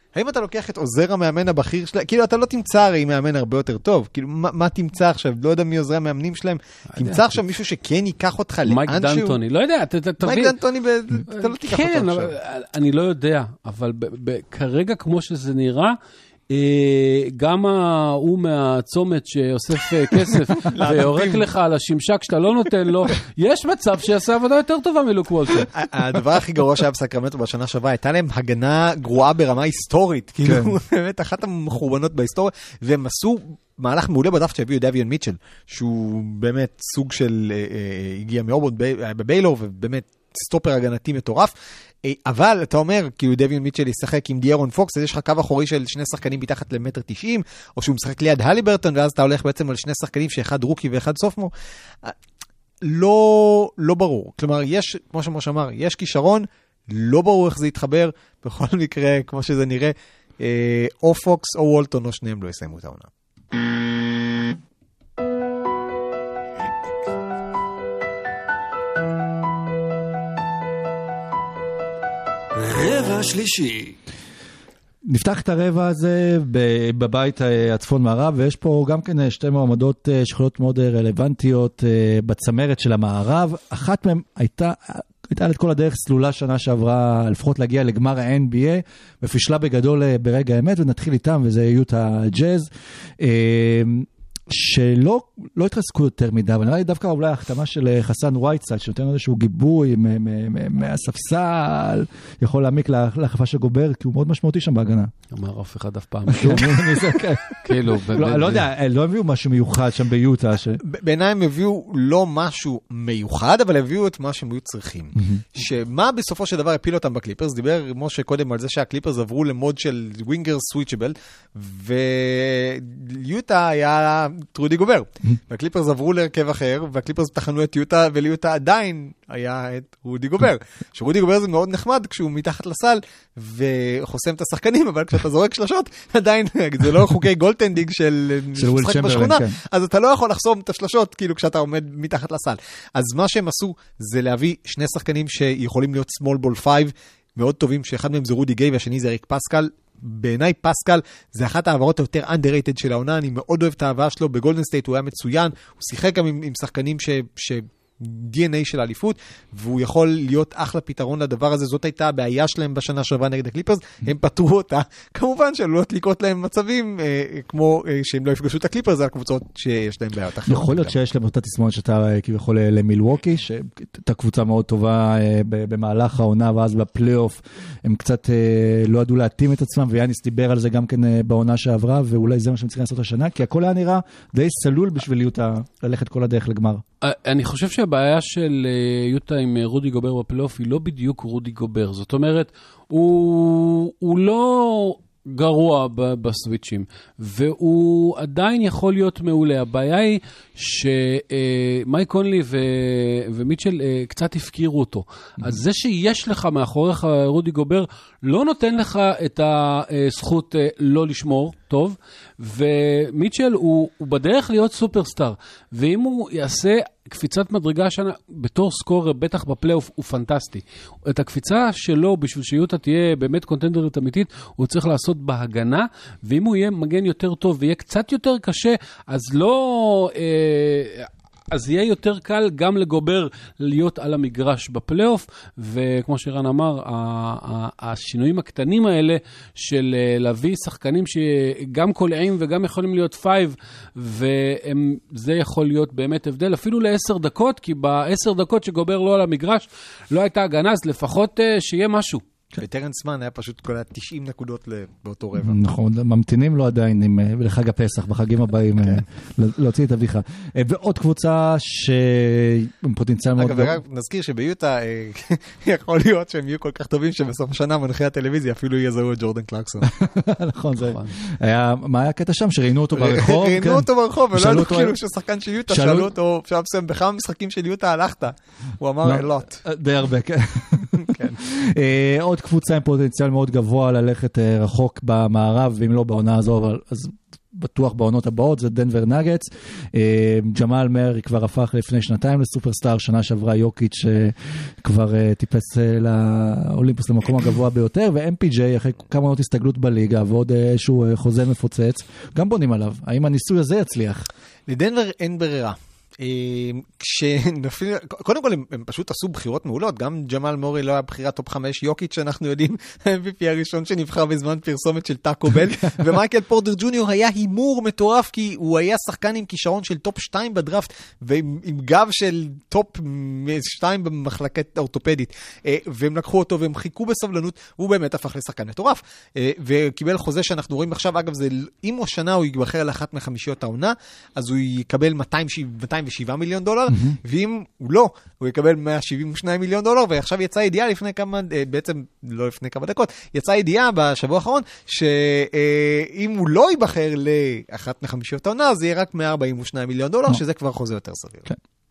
האם אתה לוקח את עוזר המאמן הבכיר שלהם? כאילו, אתה לא תמצא הרי מאמן הרבה יותר טוב. כאילו, מה תמצא עכשיו? לא יודע מי עוזרי המאמנים שלהם. תמצא עכשיו מישהו שכן ייקח אותך לאנשהו. מייק דנטוני, לא יודע. מייק דנטוני, אתה לא תיקח אותו עכשיו. כן, אני לא יודע, אבל כרגע כמו שזה נראה, גם הוא מהצומת שאוסף כסף ויורק לך על השמשה כשאתה לא נותן לו, יש מצב שיעשה עבודה יותר טובה מלוק וולטר. הדבר הכי גרוע שהיה בסקרמנטו בשנה שעברה, הייתה להם הגנה גרועה ברמה היסטורית, כאילו באמת אחת המחורבנות בהיסטוריה, והם עשו מהלך מעולה בדף שהביאו דוויון מיטשל, שהוא באמת סוג של, הגיע מאורבון בביילור, ובאמת סטופר הגנתי מטורף, אבל אתה אומר, כאילו דוויון מיטשל ישחק עם דיארון פוקס, אז יש לך קו אחורי של שני שחקנים מתחת למטר 90, או שהוא משחק ליד הליברטון, ואז אתה הולך בעצם על שני שחקנים שאחד רוקי ואחד סופמור. לא ברור. כלומר, יש, כמו שמוש אמר, יש כישרון, לא ברור איך זה יתחבר, בכל מקרה, כמו שזה נראה, או פוקס או וולטון, או שניהם לא יסיימו את העונה. רבע שלישי. נפתח את הרבע הזה בבית הצפון מערב, ויש פה גם כן שתי מועמדות שיכולות מאוד רלוונטיות בצמרת של המערב. אחת מהן הייתה את כל הדרך סלולה שנה שעברה, לפחות להגיע לגמר ה-NBA, ופישלה בגדול ברגע האמת, ונתחיל איתם, וזה יוטה ג'אז. שלא התחזקו יותר מדי, אבל נראה לי דווקא אולי ההחתמה של חסן ווייטסייד, שנותן איזשהו גיבוי מהספסל, יכול להעמיק להחפה של גובר, כי הוא מאוד משמעותי שם בהגנה. אמר אף אחד אף פעם. כאילו, לא יודע, לא הביאו משהו מיוחד שם ביוטה. בעיניי הם הביאו לא משהו מיוחד, אבל הביאו את מה שהם היו צריכים. שמה בסופו של דבר הפיל אותם בקליפרס? דיבר משה קודם על זה שהקליפרס עברו למוד של ווינגר סוויצ'בל, ויוטה היה רודי גובר. והקליפרס עברו להרכב אחר, והקליפרס תחנו את יוטה, וליוטה עדיין היה את רודי גובר. שרודי גובר זה מאוד נחמד כשהוא מתחת לסל, וחוסם את השחקנים, אבל כשאתה זורק שלשות, עדיין, זה לא חוקי גולדטנדינג של משחק בשכונה, אז אתה לא יכול לחסום את השלשות, כאילו כשאתה עומד מתחת לסל. אז מה שהם עשו, זה להביא שני שחקנים שיכולים להיות small ball 5, מאוד טובים, שאחד מהם זה רודי גיי, והשני זה ריק פסקל. בעיניי פסקל זה אחת העברות היותר underrated של העונה, אני מאוד אוהב את העברה שלו, בגולדן סטייט הוא היה מצוין, הוא שיחק גם עם שחקנים DNA של האליפות, והוא יכול להיות אחלה פתרון לדבר הזה. זאת הייתה הבעיה שלהם בשנה שעברה נגד הקליפרס, הם פתרו אותה, כמובן שלא לקרות להם מצבים כמו שהם לא יפגשו את הקליפרס, זה הקבוצות שיש להם בעיות אחרות. יכול להיות שיש להם אותה תסמונת שאתה כביכול למילווקי, שהייתה קבוצה מאוד טובה במהלך העונה, ואז בפלייאוף הם קצת לא ידעו להתאים את עצמם, ויאניס דיבר על זה גם כן בעונה שעברה, ואולי זה מה שהם צריכים לעשות השנה, כי הכל היה נראה די סלול בשביל יוטה ללכת כל הדרך לגמר. אני חושב שהבעיה של יוטה עם רודי גובר בפלייאוף היא לא בדיוק רודי גובר. זאת אומרת, הוא לא גרוע בסוויצ'ים, והוא עדיין יכול להיות מעולה. הבעיה היא שמייק קונלי ומיטשל קצת הפקירו אותו. אז זה שיש לך מאחוריך רודי גובר, לא נותן לך את הזכות לא לשמור טוב, ומיטשל הוא בדרך להיות סופרסטאר, ואם הוא יעשה קפיצת מדרגה השנה, בתור סקורר, בטח בפלייאוף, הוא פנטסטי. את הקפיצה שלו, בשביל שיוטה תהיה באמת קונטנדרית אמיתית, הוא צריך לעשות בהגנה, ואם הוא יהיה מגן יותר טוב, ויהיה קצת יותר קשה, אז לא... אז יהיה יותר קל גם לגובר להיות על המגרש בפלייאוף, וכמו שירן אמר, השינויים הקטנים האלה של להביא שחקנים שגם קולעים וגם יכולים להיות 5, וזה יכול להיות באמת הבדל, אפילו ל10 דקות, כי ב10 דקות שגובר לא על המגרש, לא הייתה הגנה, אז לפחות שיהיה משהו. בטרנס מן היה פשוט כל 90 נקודות באותו רבע. נכון, ממתינים לו עדיין לחג הפסח, בחגים הבאים, להוציא את הבדיחה. ועוד קבוצה עם פוטנציאל מאוד... אגב, נזכיר שביוטה יכול להיות שהם יהיו כל כך טובים שבסוף השנה מנחי הטלוויזיה אפילו יזהו את ג'ורדן קלרקסון. נכון, זה היה... מה היה הקטע שם? שראינו אותו ברחוב? ראינו אותו ברחוב, ולא ידעו כאילו ששחקן של יוטה, שאלו אותו, אפשר לסיים בכמה משחקים של יוטה הלכת. הוא אמר אלוט. די הרבה, כן. עוד קבוצה עם פוטנציאל מאוד גבוה ללכת רחוק במערב, ואם לא בעונה הזו, אז בטוח בעונות הבאות, זה דנבר נגטס. ג'מאל מרי כבר הפך לפני שנתיים לסופרסטאר, שנה שעברה יוקיץ' שכבר טיפס לאולימפוס למקום הגבוה ביותר, ו-MPJ אחרי כמה עונות הסתגלות בליגה, ועוד איזשהו חוזה מפוצץ, גם בונים עליו. האם הניסוי הזה יצליח? לדנבר אין ברירה. כשנפיל, קודם כל הם פשוט עשו בחירות מעולות, גם ג'מאל מורי לא היה בחירת טופ 5, יוקיץ' שאנחנו יודעים, MVP הראשון שנבחר בזמן פרסומת של טאקו בל, ומייקל פורטר ג'וניור היה הימור מטורף, כי הוא היה שחקן עם כישרון של טופ 2 בדראפט, ועם גב של טופ 2 במחלקת האורתופדית, והם לקחו אותו והם חיכו בסבלנות, והוא באמת הפך לשחקן מטורף, וקיבל חוזה שאנחנו רואים עכשיו, אגב, אם השנה הוא יבחר לאחת מחמישיות העונה, אז הוא יקבל 207 מיליון דולר, ואם הוא לא, הוא יקבל 172 מיליון דולר, ועכשיו יצאה ידיעה לפני כמה, בעצם לא לפני כמה דקות, יצאה ידיעה בשבוע האחרון, שאם הוא לא ייבחר לאחת מחמישיות העונה, זה יהיה רק 142 מיליון דולר, שזה כבר חוזה יותר סביר.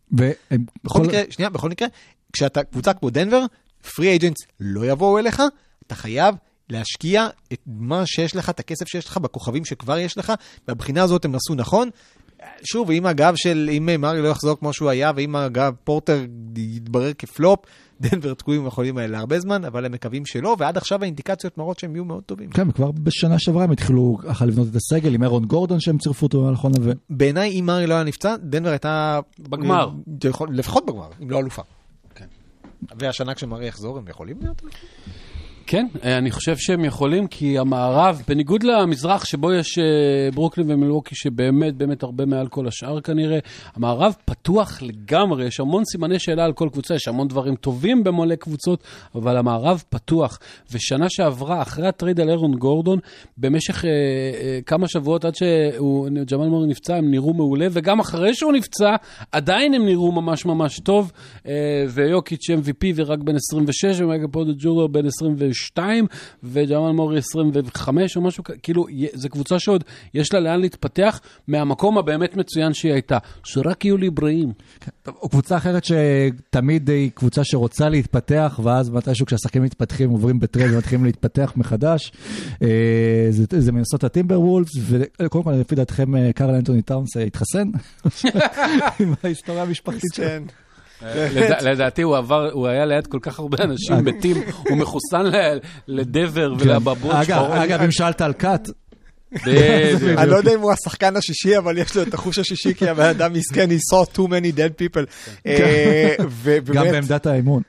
בכל מקרה, כשאתה קבוצה כמו דנבר, פרי אייג'נטס לא יבואו אליך, אתה חייב להשקיע את מה שיש לך, את הכסף שיש לך, בכוכבים שכבר יש לך, והבחינה הזאת הם עשו נכון, שוב, אם הגב של, אם מרי לא יחזור כמו שהוא היה, ואם הגב פורטר יתברר כפלופ, דנבר תקועים יכולים האלה להרבה זמן, אבל הם מקווים שלא, ועד עכשיו האינדיקציות מראות שהם יהיו מאוד טובים. כן, וכבר בשנה שעברה הם התחילו אחר לבנות את הסגל, עם אירון גורדון שהם צירפו אותו מהלכון הזה. בעיניי, אם מרי לא היה נפצע, דנבר הייתה... בגמר. לפחות בגמר, אם לא אלופה. והשנה כשמרי יחזור, הם יכולים להיות? כן, אני חושב שהם יכולים, כי המערב, בניגוד למזרח שבו יש ברוקלין ומילווקי, שבאמת, באמת הרבה מעל כל השאר כנראה, המערב פתוח לגמרי, יש המון סימני שאלה על כל קבוצה, יש המון דברים טובים במלא קבוצות, אבל המערב פתוח. ושנה שעברה, אחרי הטרייד על אירון גורדון, במשך כמה שבועות עד שג'מאל מורי נפצע, הם נראו מעולה, וגם אחרי שהוא נפצע, עדיין הם נראו ממש ממש טוב, ויוקיץ' MVP ורק בין 26, ומייקל פורטר ג'וניור בין 22, וג'מאל מורי 25 או משהו, כאילו, זו קבוצה שעוד יש לה לאן להתפתח מהמקום הבאמת מצוין שהיא הייתה, שרק יהיו לי בריאים. או קבוצה אחרת שתמיד היא קבוצה שרוצה להתפתח, ואז מתישהו כשהשחקים מתפתחים, עוברים בטרייד ומתחילים להתפתח מחדש, זה מינסוטה טימבר וולפס, וקודם כל, לפי דעתכם, קרל אנטוני טאונס התחסן? עם ההיסטוריה המשפחתית שלהם. לדעתי הוא היה ליד כל כך הרבה אנשים מתים, הוא מחוסן לדבר ולבבות שחורות. אגב, אם שאלת על קאט, אני לא יודע אם הוא השחקן השישי, אבל יש לו את החוש השישי, כי האדם מסכן, he saw too many dead people. גם בעמדת האימון.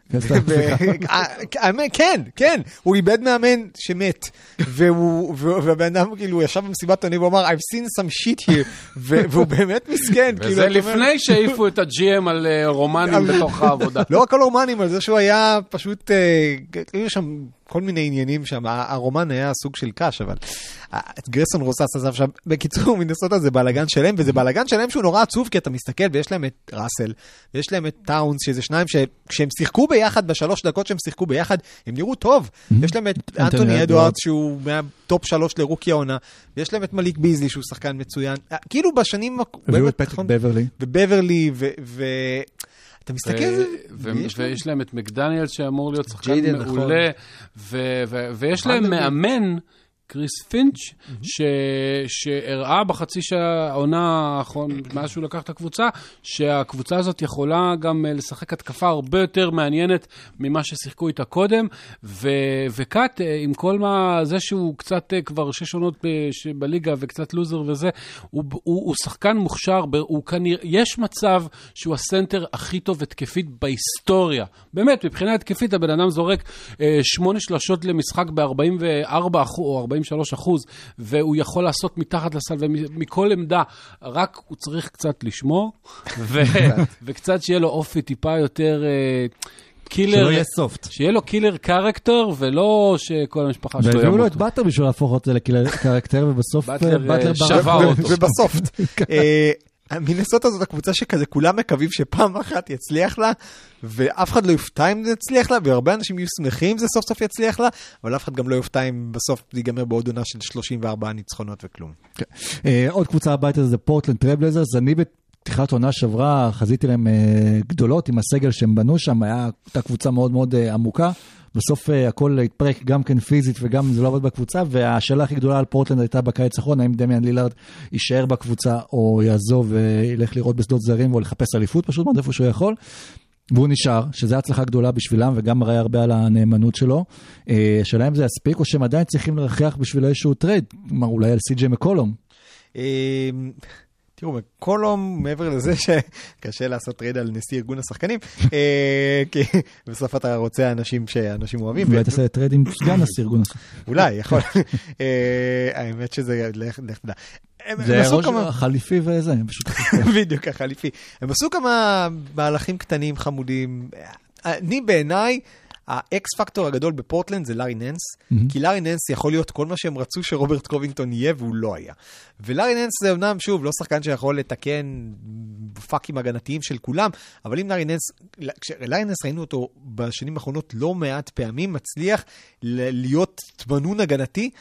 כן, הוא איבד מאמן שמת, והבן אדם כאילו ישב במסיבת עיתונאים, והוא אמר, I've seen some shit here, והוא באמת מסכן. וזה לפני שהעיפו את ה-GM על רומנים בתוך העבודה. לא רק על רומנים, על זה שהוא היה פשוט, היו שם כל מיני עניינים שם, הרומן היה סוג של קש, אבל גרסון רוסס עזב שם, בקיצור, מינסוטה זה בלגן שלהם, וזה בלגן שלהם שהוא נורא עצוב, כי אתה מסתכל, ויש להם את ראסל, ויש להם את טאונס, שזה שניים שכשהם שיחקו ביחד, בשלוש דקות שהם שיחקו ביחד, הם נראו טוב. יש להם את אנטוני אדוארדס, שהוא מהטופ 3 לרוקי העונה, ויש להם את מליק ביזלי, שהוא שחקן מצוין. כאילו בשנים... הביאו את פטריק בברלי. ובברלי, אתה מסתכל על זה? ויש להם את מקדניאלס שאמור להיות שחקן מעולה, ויש להם מאמן, קריס פינץ', שהראה בחצי שהעונה מאז שהוא לקח את הקבוצה, שהקבוצה הזאת יכולה גם לשחק התקפה הרבה יותר מעניינת ממה ששיחקו איתה קודם, וקאט, עם כל מה זה שהוא קצת כבר 6 עונות בליגה וקצת לוזר וזה, הוא שחקן מוכשר, יש מצב שהוא הסנטר הכי טוב התקפית בהיסטוריה. באמת, מבחינה התקפית הבן אדם זורק 8 שלשות למשחק ב-44% או 43%, והוא יכול לעשות מתחת לסל ומכל עמדה, רק הוא צריך קצת לשמור, וקצת שיהיה לו אופי טיפה יותר קילר, שלא יהיה סופט. שיהיה לו קילר קרקטר, ולא שכל המשפחה שלו ימות. והביאו לו את באטר בשביל להפוך את זה לקילר קרקטר, ובסוף באטר שבר אותו. ובסופט. מינסוטה זאת הקבוצה שכזה כולם מקווים שפעם אחת יצליח לה, ואף אחד לא יופתע אם זה יצליח לה, והרבה אנשים יהיו שמחים אם זה סוף סוף יצליח לה, אבל אף אחד גם לא יופתע אם בסוף זה ייגמר בעוד עונה של 34 ניצחונות וכלום. עוד קבוצה הבית הזה זה פורטלנד טרייבלייזרס, אני בתחילת עונה שעברה חזיתי להם גדולות עם הסגל שהם בנו שם, הייתה קבוצה מאוד מאוד עמוקה, בסוף הכל התפרק גם כן פיזית וגם זה לא עבוד בקבוצה, והשאלה הכי גדולה על פורטלנד הייתה בקיץ האחרון, האם דמיאן לילארד יישאר בקבוצה או יעזוב וילך לראות בשדות זרים או לחפש אליפות פשוט מאוד איפה שהוא יכול. והוא נשאר, שזו הצלחה גדולה בשבילם, וגם מראה הרבה על הנאמנות שלו. השאלה אם זה יספיק, או שהם עדיין צריכים לרחח בשביל איזשהו טרייד, כלומר אולי על סי.ג'יי מקולום. תראו, מקולום, מעבר לזה שקשה לעשות טרייד על נשיא ארגון השחקנים, כי בסוף אתה רוצה אנשים שאנשים אוהבים. אולי תעשה טרייד עם סגן נשיא ארגון השחקנים. אולי, יכול. האמת שזה לך תדע. זה ראש החליפי וזה, פשוט. בדיוק, החליפי. הם עשו כמה מהלכים קטנים חמודים. אני בעיניי, האקס פקטור הגדול בפורטלנד זה לארי ננס, כי לארי ננס יכול להיות כל מה שהם רצו שרוברט קובינגטון יהיה, והוא לא היה. ולארי ננס זה אמנם, שוב, לא שחקן שיכול לתקן פאקים הגנתיים של כולם, אבל אם לארי ננס ראינו אותו בשנים האחרונות לא מעט פעמים, מצליח להיות תמנון הגנתי,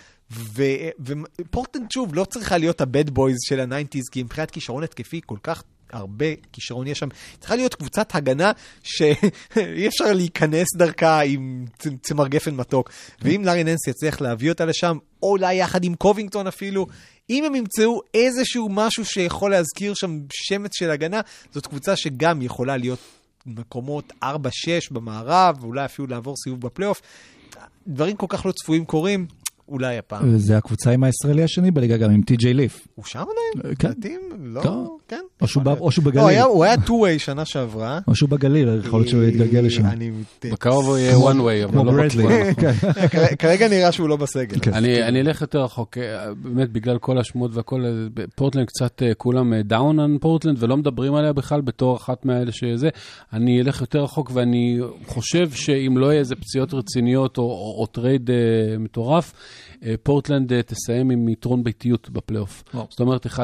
ופורטלנד שוב לא צריכה להיות הבד בויז של ה-90s, כי מבחינת כישרון התקפי כל כך הרבה כישרון יש שם. צריכה להיות קבוצת הגנה שאי אפשר להיכנס דרכה עם צמר גפן מתוק. ואם לארי ננס יצליח להביא אותה לשם, או אולי יחד עם קובינגטון אפילו, אם הם ימצאו איזשהו משהו שיכול להזכיר שם שמץ של הגנה, זאת קבוצה שגם יכולה להיות מקומות 4-6 במערב, ואולי אפילו לעבור סיבוב בפלייאוף. דברים כל כך לא צפויים קורים, אולי הפעם. זה הקבוצה עם הישראלי השני בליגה, גם עם טי.ג'יי ליף. הוא שם עדיין? כן. לא, כן. או שהוא בגליל. הוא היה 2-way שנה שעברה. או שהוא בגליל, יכול להיות שהוא יתגלגל לשם. בקרוב הוא יהיה 1-way, אבל לא בקבוצה. כרגע נראה שהוא לא בסגל. אני אלך יותר רחוק, באמת בגלל כל השמות והכל, פורטלנד קצת כולם דאון על פורטלנד, ולא מדברים עליה בכלל בתור אחת מהאלה שזה. אני אלך יותר רחוק, ואני חושב שאם לא יהיה איזה פציעות רציניות או טרייד מטורף, פורטלנד תסיים עם יתרון ביתיות בפלייאוף. זאת אומרת 1-4.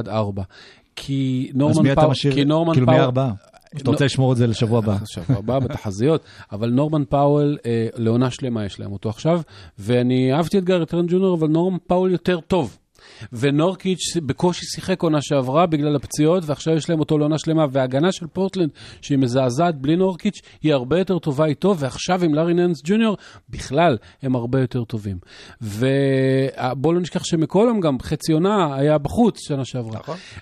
כי נורמן פאוול... כאילו מ-4. אתה רוצה לשמור את זה לשבוע הבא. שבוע הבא בתחזיות, אבל נורמן פאוול לעונה שלמה יש להם אותו עכשיו, ואני אהבתי את גארי טרנט ג'וניור, אבל נורמן פאוול יותר טוב. ונורקיץ' בקושי שיחק עונה שעברה בגלל הפציעות, ועכשיו יש להם אותו לעונה שלמה, וההגנה של פורטלנד שהיא מזעזעת בלי נורקיץ' היא הרבה יותר טובה איתו, ועכשיו עם לארי ננס ג'וניור בכלל הם הרבה יותר טובים. ובואו לא נשכח שמקולום גם חצי עונה היה בחוץ שנה שעברה.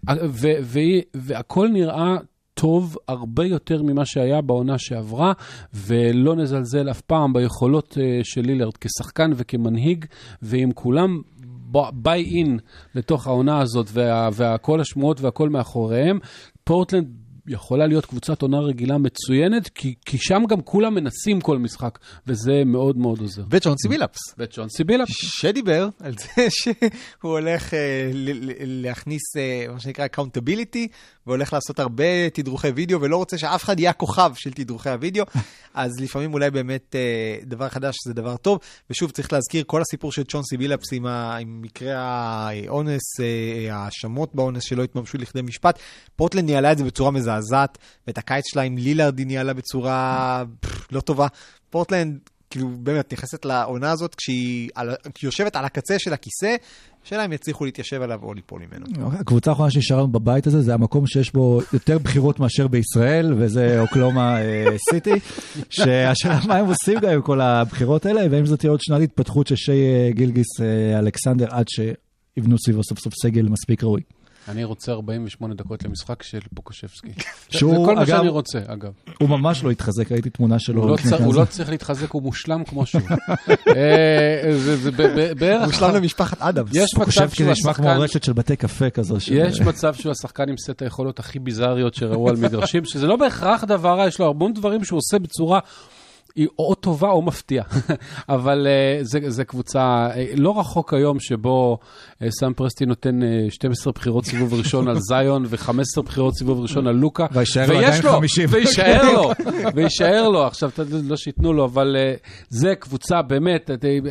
והכל נראה טוב הרבה יותר ממה שהיה בעונה שעברה, ולא נזלזל אף פעם ביכולות של לילארד כשחקן וכמנהיג, ועם כולם ביי אין לתוך העונה הזאת, וכל השמועות והכל מאחוריהם, פורטלנד יכולה להיות קבוצת עונה רגילה מצוינת, כי שם גם כולם מנסים כל משחק, וזה מאוד מאוד עוזר. וצ'ונסי בילאפס. שדיבר על זה שהוא הולך להכניס מה שנקרא accountability, והולך לעשות הרבה תדרוכי וידאו, ולא רוצה שאף אחד יהיה הכוכב של תדרוכי הוידאו, אז לפעמים אולי באמת דבר חדש זה דבר טוב, ושוב צריך להזכיר כל הסיפור של צ'ונסי בילאפס עם מקרה האונס, האשמות באונס שלא התממשו לכדי משפט. פורטלנד ניהלה את זה בצורה מזעזעת, ואת הקיץ שלה עם לילארד ניהלה בצורה לא טובה. פורטלנד כאילו באמת נכנסת לעונה הזאת כשהיא יושבת על הקצה של הכיסא, שאלה אם יצליחו להתיישב עליו או ליפול ממנו. הקבוצה האחרונה שנשארנו בבית הזה, זה המקום שיש בו יותר בחירות מאשר בישראל, וזה אוקלאומה סיטי, שהשאלה מה הם עושים גם עם כל הבחירות האלה, ואם זאת תהיה עוד שנת התפתחות של שי גילגיס אלכסנדר, עד שיבנו סביבו סוף סוף סגל מספיק ראוי. אני רוצה 48 דקות למשחק של פוקושבסקי. זה שהוא, כל מה שאני רוצה, אגב. הוא ממש לא התחזק, ראיתי תמונה שלו. הוא לא צריך להתחזק, הוא מושלם כמו שהוא. זה בערך... מושלם למשפחת אדם. פוקושבסקי נשמע כמו רשת של בתי קפה כזו. יש מצב שהוא השחקן עם סט היכולות הכי ביזריות שראו על מגרשים, שזה לא בהכרח דבר, יש לו הרבה דברים שהוא עושה בצורה... היא או טובה או מפתיעה, אבל זה קבוצה, לא רחוק היום שבו סם פרסטי נותן 12 בחירות סיבוב ראשון על זיון, ו15 בחירות סיבוב ראשון על לוקה, ויש לו, וישאר לו, עכשיו לא שיתנו לו, אבל זה קבוצה באמת,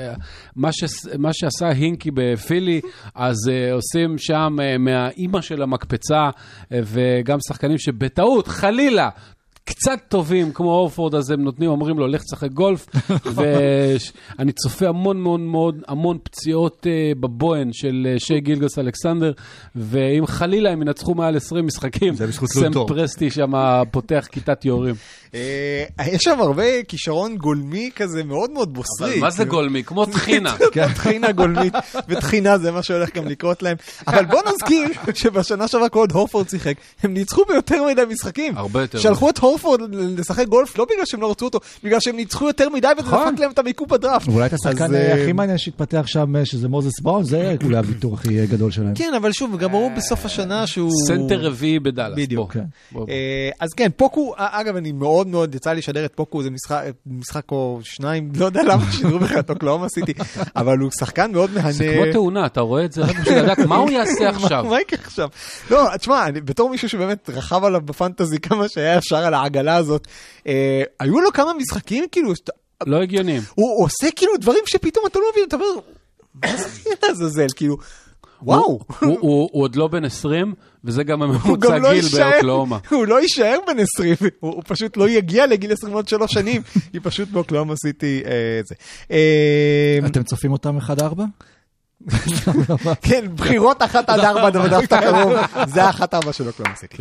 מה שעשה הינקי בפילי, אז עושים שם מהאימא של המקפצה, וגם שחקנים שבטעות, חלילה, קצת טובים, כמו אורפורד, אז הם נותנים, אומרים לו, לך צחק גולף, ואני צופה המון פציעות בבוהן של שי גילגוס אלכסנדר, ואם חלילה הם ינצחו מעל 20 משחקים, סם פרסטי שם פותח כיתת יורים. יש שם הרבה כישרון גולמי כזה מאוד מאוד בוסרי. אבל מה זה גולמי? כמו תחינה. תחינה גולמית, ותחינה זה מה שהולך גם לקרות להם. אבל בוא נזכיר שבשנה שעברה כל עוד הורפורד שיחק, הם ניצחו ביותר מדי משחקים. הרבה יותר. שלחו את הורפורד לשחק גולף לא בגלל שהם לא רצו אותו, בגלל שהם ניצחו יותר מדי וזה דפק להם את המיקום בדראפט. ואולי את השחקן הכי מעניין שהתפתח שם, שזה מוזס בראון, זה אולי הוויתור הכי גדול שלהם. כן, אבל שוב, גם ברור בסוף השנה שהוא... סנטר רביעי בדלס. בדיוק. אז כן, פוקו, אגב, אני מאוד מאוד יצא לי לשדר את פוקו, זה משחק או שניים, לא יודע למה שידרו בכלל את אוקלהומה סיטי, אבל הוא שחקן מאוד מהנה. זה כמו תאונה, אתה רואה את זה רק בשביל לדעת מה הוא יעשה עכשיו. מה יקרה עכשיו? לא, תשמע, בתור מישהו שבאמת רכב עליו בפנטזי כמה שהיה אפשר על העגלה הזאת, היו לו כמה משחקים כאילו... לא הגיוניים. הוא עושה כאילו דברים שפתאום אתה לא מבין, אתה אומר, מה זה לעזאזל, כאילו... וואו. הוא עוד לא בן 20, וזה גם הממוצע גיל באוקלהומה. הוא לא יישאר בן 20, הוא פשוט לא יגיע לגיל 20 עוד 3 שנים, היא פשוט באוקלהומה סיטי זה. אתם צופים אותם 1-4? כן, בחירות 1-4 בדראפט הקרוב, זה 1-4 של אוקלהומה סיטי.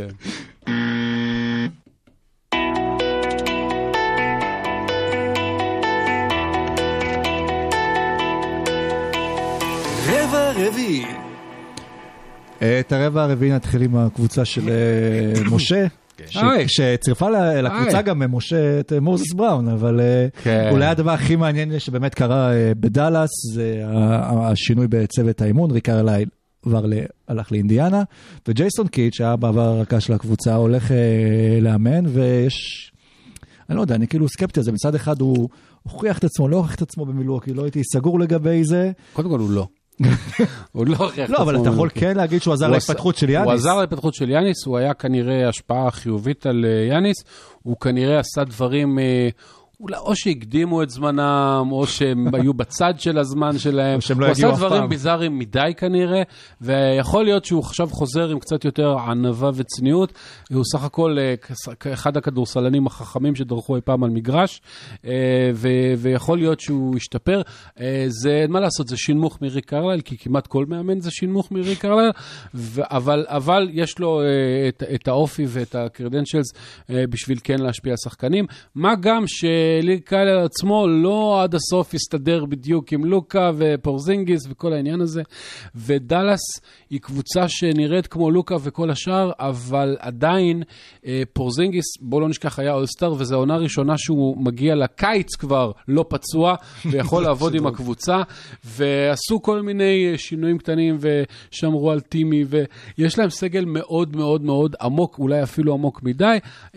רבע רביעי. את הרבע הרביעי נתחיל עם הקבוצה של משה, שצירפה לקבוצה גם משה את מוזס בראון, אבל אולי הדבר הכי מעניין שבאמת קרה בדלס, זה השינוי בצוות האימון, ריק קרלייל הלך לאינדיאנה, וג'ייסון קיד, שהיה בעבר הרכה של הקבוצה, הולך לאמן, ויש, אני לא יודע, אני כאילו סקפטי על זה, מצד אחד הוא הוכיח את עצמו, לא הוכיח את עצמו במילואוקי, לא הייתי סגור לגבי זה. קודם כל הוא לא. הוא לא הוכיח את עצמו. לא, אבל אתה יכול כן להגיד שהוא עזר להתפתחות של יאניס. הוא עזר להתפתחות של יאניס, הוא היה כנראה השפעה חיובית על יאניס, הוא כנראה עשה דברים... או שהקדימו את זמנם, או שהם היו בצד של הזמן שלהם. הוא עשה דברים ביזאריים מדי כנראה, ויכול להיות שהוא עכשיו חוזר עם קצת יותר ענווה וצניעות. הוא סך הכל אחד הכדורסלנים החכמים שדרכו אי פעם על מגרש, ויכול להיות שהוא ישתפר. זה, מה לעשות, זה שינמוך מריק קרלייל, כי כמעט כל מאמן זה שינמוך מריק קרלייל, אבל יש לו את האופי ואת הקרדנשלס בשביל כן להשפיע על שחקנים. מה גם ליק קרלייל עצמו לא עד הסוף יסתדר בדיוק עם לוקה ופורזינגיס וכל העניין הזה, ודלס היא קבוצה שנראית כמו לוקה וכל השאר, אבל עדיין פורזינגיס, בוא לא נשכח, היה אולסטאר, וזו העונה ראשונה שהוא מגיע לקיץ כבר לא פצוע, ויכול לעבוד עם הקבוצה, ועשו כל מיני שינויים קטנים, ושמרו על טימי, ויש להם סגל מאוד מאוד מאוד עמוק, אולי אפילו עמוק מדי,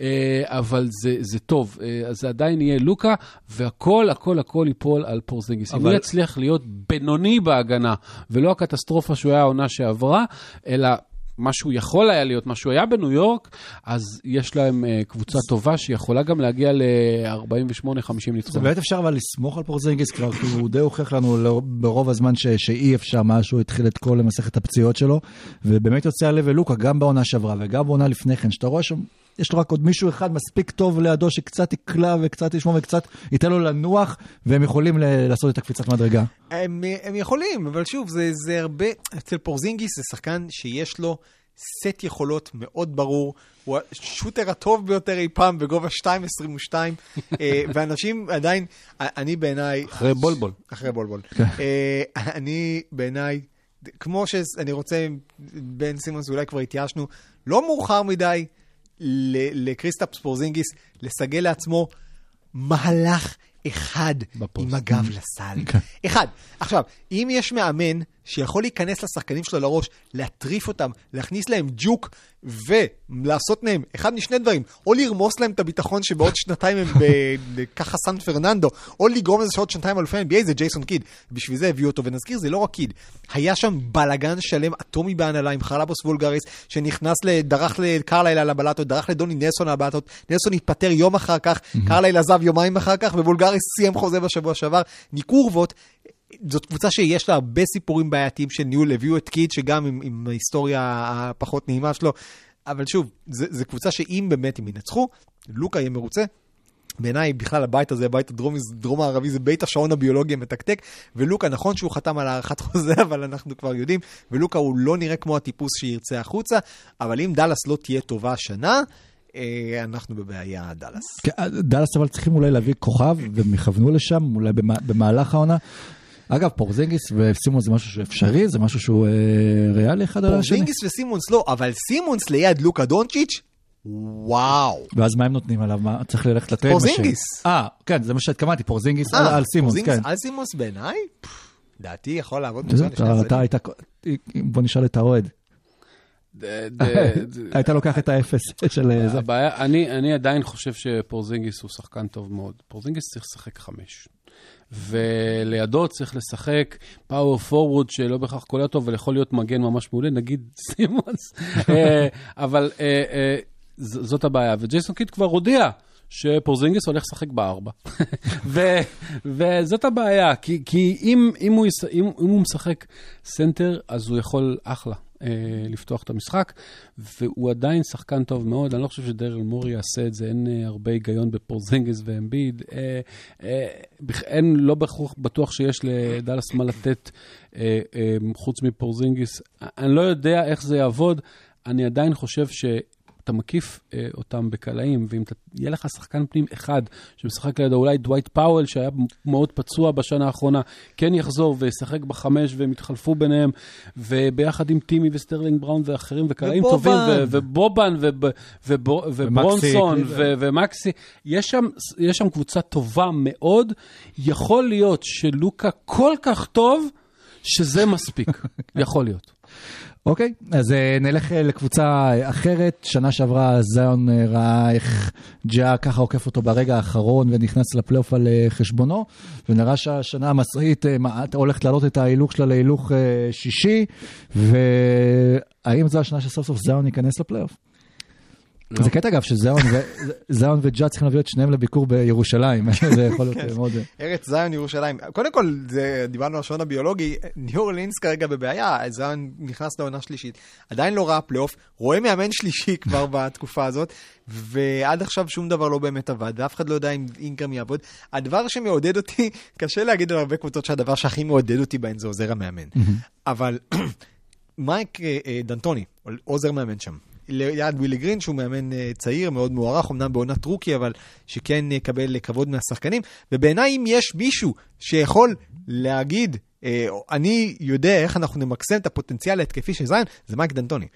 אבל זה טוב, אז זה עדיין יהיה לוקה, והכל, הכל ייפול על פורזינגיס. אם הוא יצליח להיות בינוני בהגנה, ולא הקטסטרופה שהוא היה העונה שעברה, אלא משהו יכול היה להיות, משהו היה בניו יורק, אז יש להם קבוצה טובה שיכולה גם להגיע ל-48-50 ניצחון. זה באמת אפשר אבל לסמוך על פורזינגיס כבר, כי הוא די הוכיח לנו ברוב הזמן שאי אפשר משהו, התחיל את כל למסכת הפציעות שלו, ובאמת יוצא עליו ולוקה, גם בעונה שעברה וגם בעונה לפני כן, שאתה רואה שם, יש לו רק עוד מישהו אחד מספיק טוב לידו, שקצת יקלה וקצת ישמור וקצת ייתן לו לנוח, והם יכולים לעשות את הקפיצת מדרגה. הם יכולים, אבל שוב, זה הרבה, אצל פורזינגיס זה שחקן שיש לו סט יכולות מאוד ברור, הוא השוטר הטוב ביותר אי פעם בגובה 2.22, ואנשים עדיין, אני בעיניי... אחרי בולבול. אני בעיניי, כמו שאני רוצה, בן סימונס אולי כבר התייאשנו, לא מאוחר מדי, לקריסטאפס פורזינגיס לסגל לעצמו מהלך אחד עם הגב לסל. אחד. עכשיו, אם יש מאמן שיכול להיכנס לשחקנים שלו לראש, להטריף אותם, להכניס להם ג'וק ולעשות מהם אחד משני דברים, או לרמוס להם את הביטחון שבעוד שנתיים הם ככה סן פרננדו, או לגרום לזה שעוד שנתיים אלופי NBA, זה ג'ייסון קיד. בשביל זה הביאו אותו, ונזכיר, זה לא רק קיד. היה שם בלגן שלם אטומי בהנהלה עם חלבוס וולגריס, שנכנס דרך לקרלייל על הבלטות, דרך לדוני נלסון על הבלטות, נלסון התפטר יום אחר כך, קרלייל עזב יומיים אחר כך, ווולגריס סיים חוזה בשבוע שעבר. ניקורבות, זאת קבוצה שיש לה הרבה סיפורים בעייתיים של ניהול, הביאו את קיד שגם עם ההיסטוריה הפחות נעימה שלו, אבל שוב, זו קבוצה שאם באמת הם ינצחו, לוקה יהיה מרוצה. בעיניי בכלל הבית הזה, הבית הדרום הערבי, זה בית השעון הביולוגי המתקתק, ולוקה, נכון שהוא חתם על הערכת חוזה, אבל אנחנו כבר יודעים, ולוקה הוא לא נראה כמו הטיפוס שירצה החוצה, אבל אם דלס לא תהיה טובה השנה, אנחנו בבעיה דלס. דלס אבל צריכים אולי להביא כוכב, והם יכוונו לשם, אולי במהלך העונה. אגב, פורזינגיס וסימונס זה משהו שאפשרי, זה משהו שהוא ריאלי אחד על השני. פורזינגיס וסימונס לא, אבל סימונס ליד לוקה דונצ'יץ', וואו. ואז מה הם נותנים עליו? מה? צריך ללכת לטרייד פורזינגיס. כן, זה מה שהתכוונתי, פורזינגיס על סימונס, כן. פורזינגיס על סימונס בעיניי? דעתי יכול לעבוד מצוין. בוא נשאל את האוהד. היית לוקח את האפס של זה. אני עדיין חושב שפורזינגיס הוא שחקן טוב מאוד. פורזינגיס צריך לשחק 5. ולידו צריך לשחק פאוור פורוורד שלא בכך קולה טוב, אבל יכול להיות מגן ממש מעולה, נגיד סימונס. אבל זאת הבעיה. וג'ייסון קיד כבר הודיע שפורזינגיס הולך לשחק ב4. וזאת הבעיה, כי אם הוא משחק סנטר, אז הוא יכול אחלה לפתוח את המשחק, והוא עדיין שחקן טוב מאוד. אני לא חושב שדרל מורי יעשה את זה, אין הרבה היגיון בפורזינגיס ואמביד, אין, לא בטוח שיש לדלס מה לתת חוץ מפורזינגיס. אני לא יודע איך זה יעבוד, אני עדיין חושב אתה מקיף אותם בקלעים, ואם יהיה לך שחקן פנים אחד שמשחק לידו, אולי דווייט פאוול שהיה מאוד פצוע בשנה האחרונה, כן יחזור וישחק ב5 והם יתחלפו ביניהם, וביחד עם טימי וסטרלינג בראון ואחרים, וקלעים טובים, ובובן וברונסון ומקסי, יש שם קבוצה טובה מאוד. יכול להיות שלוקה כל כך טוב שזה מספיק, יכול להיות. אוקיי, אז נלך לקבוצה אחרת. שנה שעברה זיון ראה איך ג'ה ככה עוקף אותו ברגע האחרון ונכנס לפלייאוף על חשבונו, ונראה שהשנה המסעית הולכת לעלות את ההילוך שלה להילוך שישי, והאם זו השנה שסוף סוף זיון ייכנס לפלייאוף? זה קטע אגב שזיון וג'ה צריכים להביא את שניהם לביקור בירושלים. זה יכול להיות מאוד... ארץ זיון ירושלים. קודם כל, דיברנו על השעון הביולוגי, ניו אורלינס כרגע בבעיה, זיון נכנס לעונה שלישית, עדיין לא ראה פלייאוף, רואה מאמן שלישי כבר בתקופה הזאת, ועד עכשיו שום דבר לא באמת עבד, ואף אחד לא יודע אם אינגרם יעבוד. הדבר שמעודד אותי, קשה להגיד על הרבה קבוצות שהדבר שהכי מעודד אותי בהן זה עוזר המאמן. אבל מייק דנטוני, עוזר מאמן שם. ליד ווילי גרין, שהוא מאמן צעיר, מאוד מוערך, אמנם בעונת רוקי, אבל שכן יקבל כבוד מהשחקנים. ובעיניי, אם יש מישהו שיכול להגיד, אני יודע איך אנחנו נמקסם את הפוטנציאל התקפי של זיון, זה מייק דנטוני.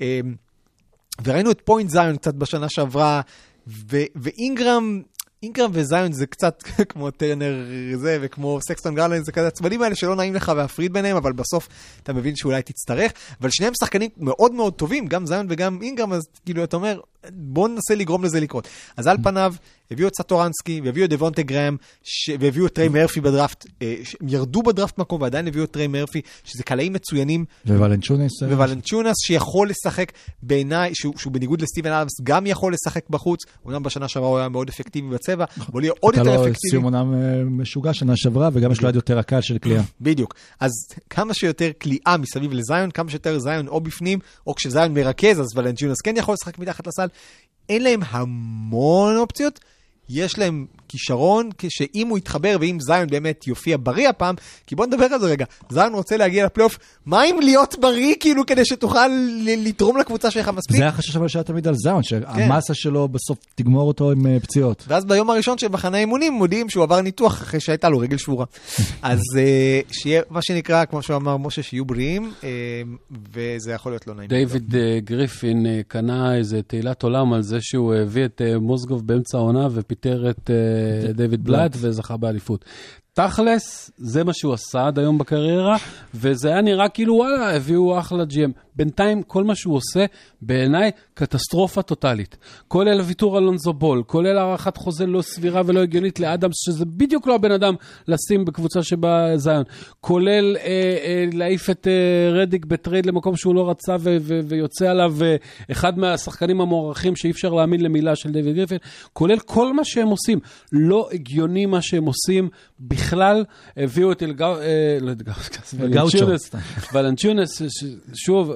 וראינו את פוינט זיון קצת בשנה שעברה, ואינגרם וזיון זה קצת כמו טרנר זה, וכמו סקסטון גרלנד, זה כזה הצמדים האלה שלא נעים לך להפריד ביניהם, אבל בסוף אתה מבין שאולי תצטרך, אבל שניהם שחקנים מאוד מאוד טובים, גם זיון וגם אינגרם, אז כאילו אתה אומר, בוא ננסה לגרום לזה לקרות. אז על פניו, הביאו את סטורנסקי, והביאו את דבונטה גרם, והביאו את טריי מרפי בדראפט, ירדו בדראפט מקום, ועדיין הביאו את טריי מרפי, שזה קלעים מצוינים. וולנצ'ונס, שיכול לשחק בעיניי, שהוא בניגוד לסטיבן אדמס, גם יכול לשחק בחוץ, אומנם בשנה שעברה הוא היה מאוד אפקטיבי בצבע, אבל יהיה עוד יותר אפקטיבי. אתה לא סיום עונה משוגע שנה שעברה, וגם יש לו עד יותר הקל של קליעה. בדיוק. אז כמה שיותר קליעה מסביב לזיון, כמה שיותר זיון או בפנים, או כשזיון מרכז, אז וולנצ'ונס כן יכול לשחק מתחת לסל. אין להם המון אופציות, יש להם כישרון, שאם הוא יתחבר, ואם זיון באמת יופיע בריא הפעם, כי בוא נדבר על זה רגע, זיון רוצה להגיע לפלייאוף, מה אם להיות בריא, כאילו, כדי שתוכל לתרום לקבוצה שלך מספיק? זה החשש אבל שהיה תמיד על זיון, שהמסה שלו בסוף תגמור אותו עם פציעות. ואז ביום הראשון של מחנה אימונים, מודיעים שהוא עבר ניתוח אחרי שהייתה לו רגל שבורה. אז שיהיה, מה שנקרא, כמו שהוא אמר, משה, שיהיו בריאים, וזה יכול להיות לא נעים. דיוויד גריפין קנה איזה תהילת עולם על זה שהוא הביא את מוזגוב באמצע העונה ופיטר את דיוויד בלאט וזכה באליפות. תכלס, זה מה שהוא עשה עד היום בקריירה, וזה היה נראה כאילו, וואלה, הביאו אחלה GM. בינתיים, כל מה שהוא עושה, בעיניי, קטסטרופה טוטלית. כולל הוויתור על לונזו בול, כולל הערכת חוזה לא סבירה ולא הגיונית לאדמס, שזה בדיוק לא הבן אדם לשים בקבוצה שבה זיון. כולל להעיף את רדיק בטרייד למקום שהוא לא רצה, ויוצא עליו אחד מהשחקנים המוערכים שאי אפשר להאמין למילה של דיוויד גריפין. כולל כל מה שהם עושים. לא הגיוני מה שהם עושים בכלל. הביאו את ולנצ'ונס, שוב,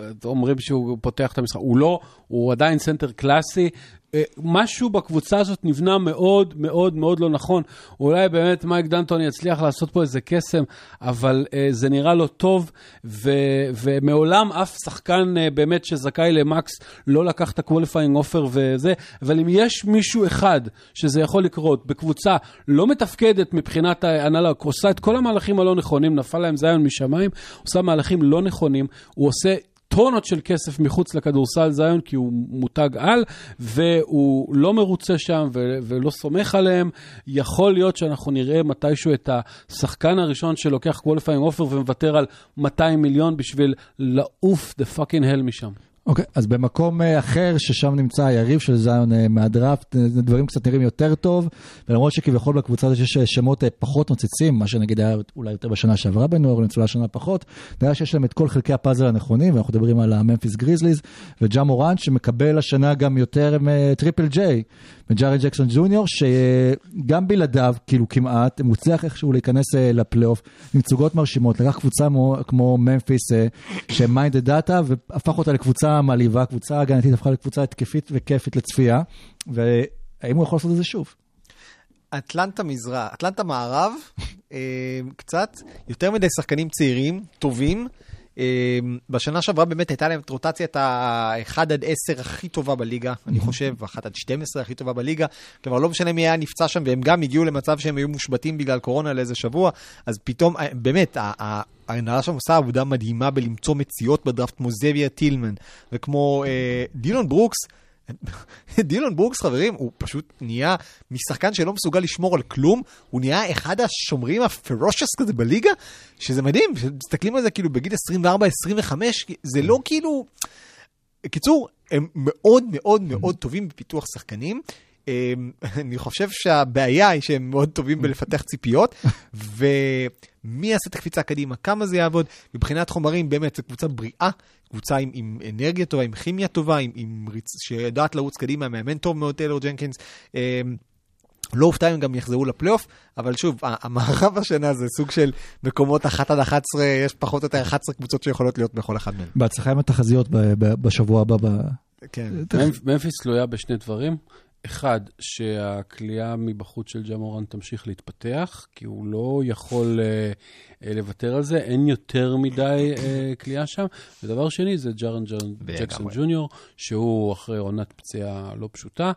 אומרים שהוא פותח את המשחק, הוא לא, הוא עדיין סנטר קלאסי, משהו בקבוצה הזאת נבנה מאוד מאוד מאוד לא נכון. אולי באמת מייק דנטון יצליח לעשות פה איזה קסם, אבל זה נראה לו טוב, ומעולם אף שחקן באמת שזכאי למקס לא לקח את הקווליפיינג אופר וזה, אבל אם יש מישהו אחד שזה יכול לקרות בקבוצה לא מתפקדת מבחינת ההנהלה, עושה את כל המהלכים הלא נכונים, נפל להם זיון משמיים, עושה מהלכים לא נכונים, הוא עושה טונות של כסף מחוץ לכדורסל זיון, כי הוא מותג על, והוא לא מרוצה שם, ולא סומך עליהם. יכול להיות שאנחנו נראה מתישהו את השחקן הראשון שלוקח qualifying offer, ומוותר על 200 מיליון בשביל לעוף the fucking hell משם. אוקיי, אז במקום אחר ששם נמצא היריב של זיון מהדראפט, דברים קצת נראים יותר טוב, ולמרות שכביכול בקבוצה הזאת שיש שמות פחות נוצצים, מה שנגיד היה אולי יותר בשנה שעברה בניו אורלינס, אולי שנה פחות, נראה שיש להם את כל חלקי הפאזל הנכונים, ואנחנו מדברים על הממפיס גריזליז, וג'ה מורנט שמקבל השנה גם יותר מטריפל ג'יי, מג'ארי ג'קסון ג'וניור, שגם בלעדיו, כאילו כמעט, מוצליח איכשהו להיכנס לפלייאוף, עם צוגות מרשימות, לקח קבוצה כמו ממפיס, שמיינדד דאטה, והפך אותה לקבוצה מעליבה, קבוצה הגנתית, הפכה לקבוצה התקפית וכיפית לצפייה, והאם הוא יכול לעשות את זה שוב? אטלנטה מערב, קצת, יותר מדי שחקנים צעירים, טובים, בשנה שעברה באמת הייתה להם את רוטציית ה-1 עד 10 הכי טובה בליגה, אני חושב, 1 עד 12 הכי טובה בליגה, כלומר לא משנה מי היה נפצע שם, והם גם הגיעו למצב שהם היו מושבתים בגלל קורונה לאיזה שבוע, אז פתאום, באמת, ההנהלה שם עושה עבודה מדהימה בלמצוא מציאות בדראפט, כמו זביה טילמן, וכמו דילון ברוקס, דילון ברוקס, חברים, הוא פשוט נהיה משחקן שלא מסוגל לשמור על כלום, הוא נהיה אחד השומרים הפרושס כזה בליגה, שזה מדהים, מסתכלים על זה כאילו בגיל 24-25, זה לא כאילו... קיצור, הם מאוד מאוד מאוד טובים בפיתוח שחקנים, אני חושב שהבעיה היא שהם מאוד טובים בלפתח ציפיות, ומי יעשה את הקפיצה קדימה, כמה זה יעבוד, מבחינת חומרים באמת זו קבוצה בריאה, קבוצה עם אנרגיה טובה, עם כימיה טובה, שידעת לרוץ קדימה, מאמן טוב מאוד טיילור ג'נקינס, לא אופתע אם גם יחזרו לפלייאוף, אבל שוב, המערב השנה זה סוג של מקומות 1 עד 11, יש פחות או יותר 11 קבוצות שיכולות להיות בכל אחד מהם. בהצלחה עם התחזיות בשבוע הבא. כן. ממפיס תלויה בשני דברים. אחד, שהקליעה מבחוץ של ג'ה מורנט תמשיך להתפתח, כי הוא לא יכול לוותר על זה, אין יותר מדי קליעה שם. ודבר שני, זה ג'ארן ג'קסון ג'וניור, שהוא אחרי עונת פציעה לא פשוטה,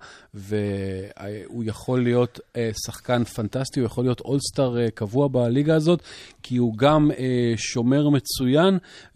והוא יכול להיות שחקן פנטסטי, הוא יכול להיות אולסטאר קבוע בליגה הזאת, כי הוא גם שומר מצוין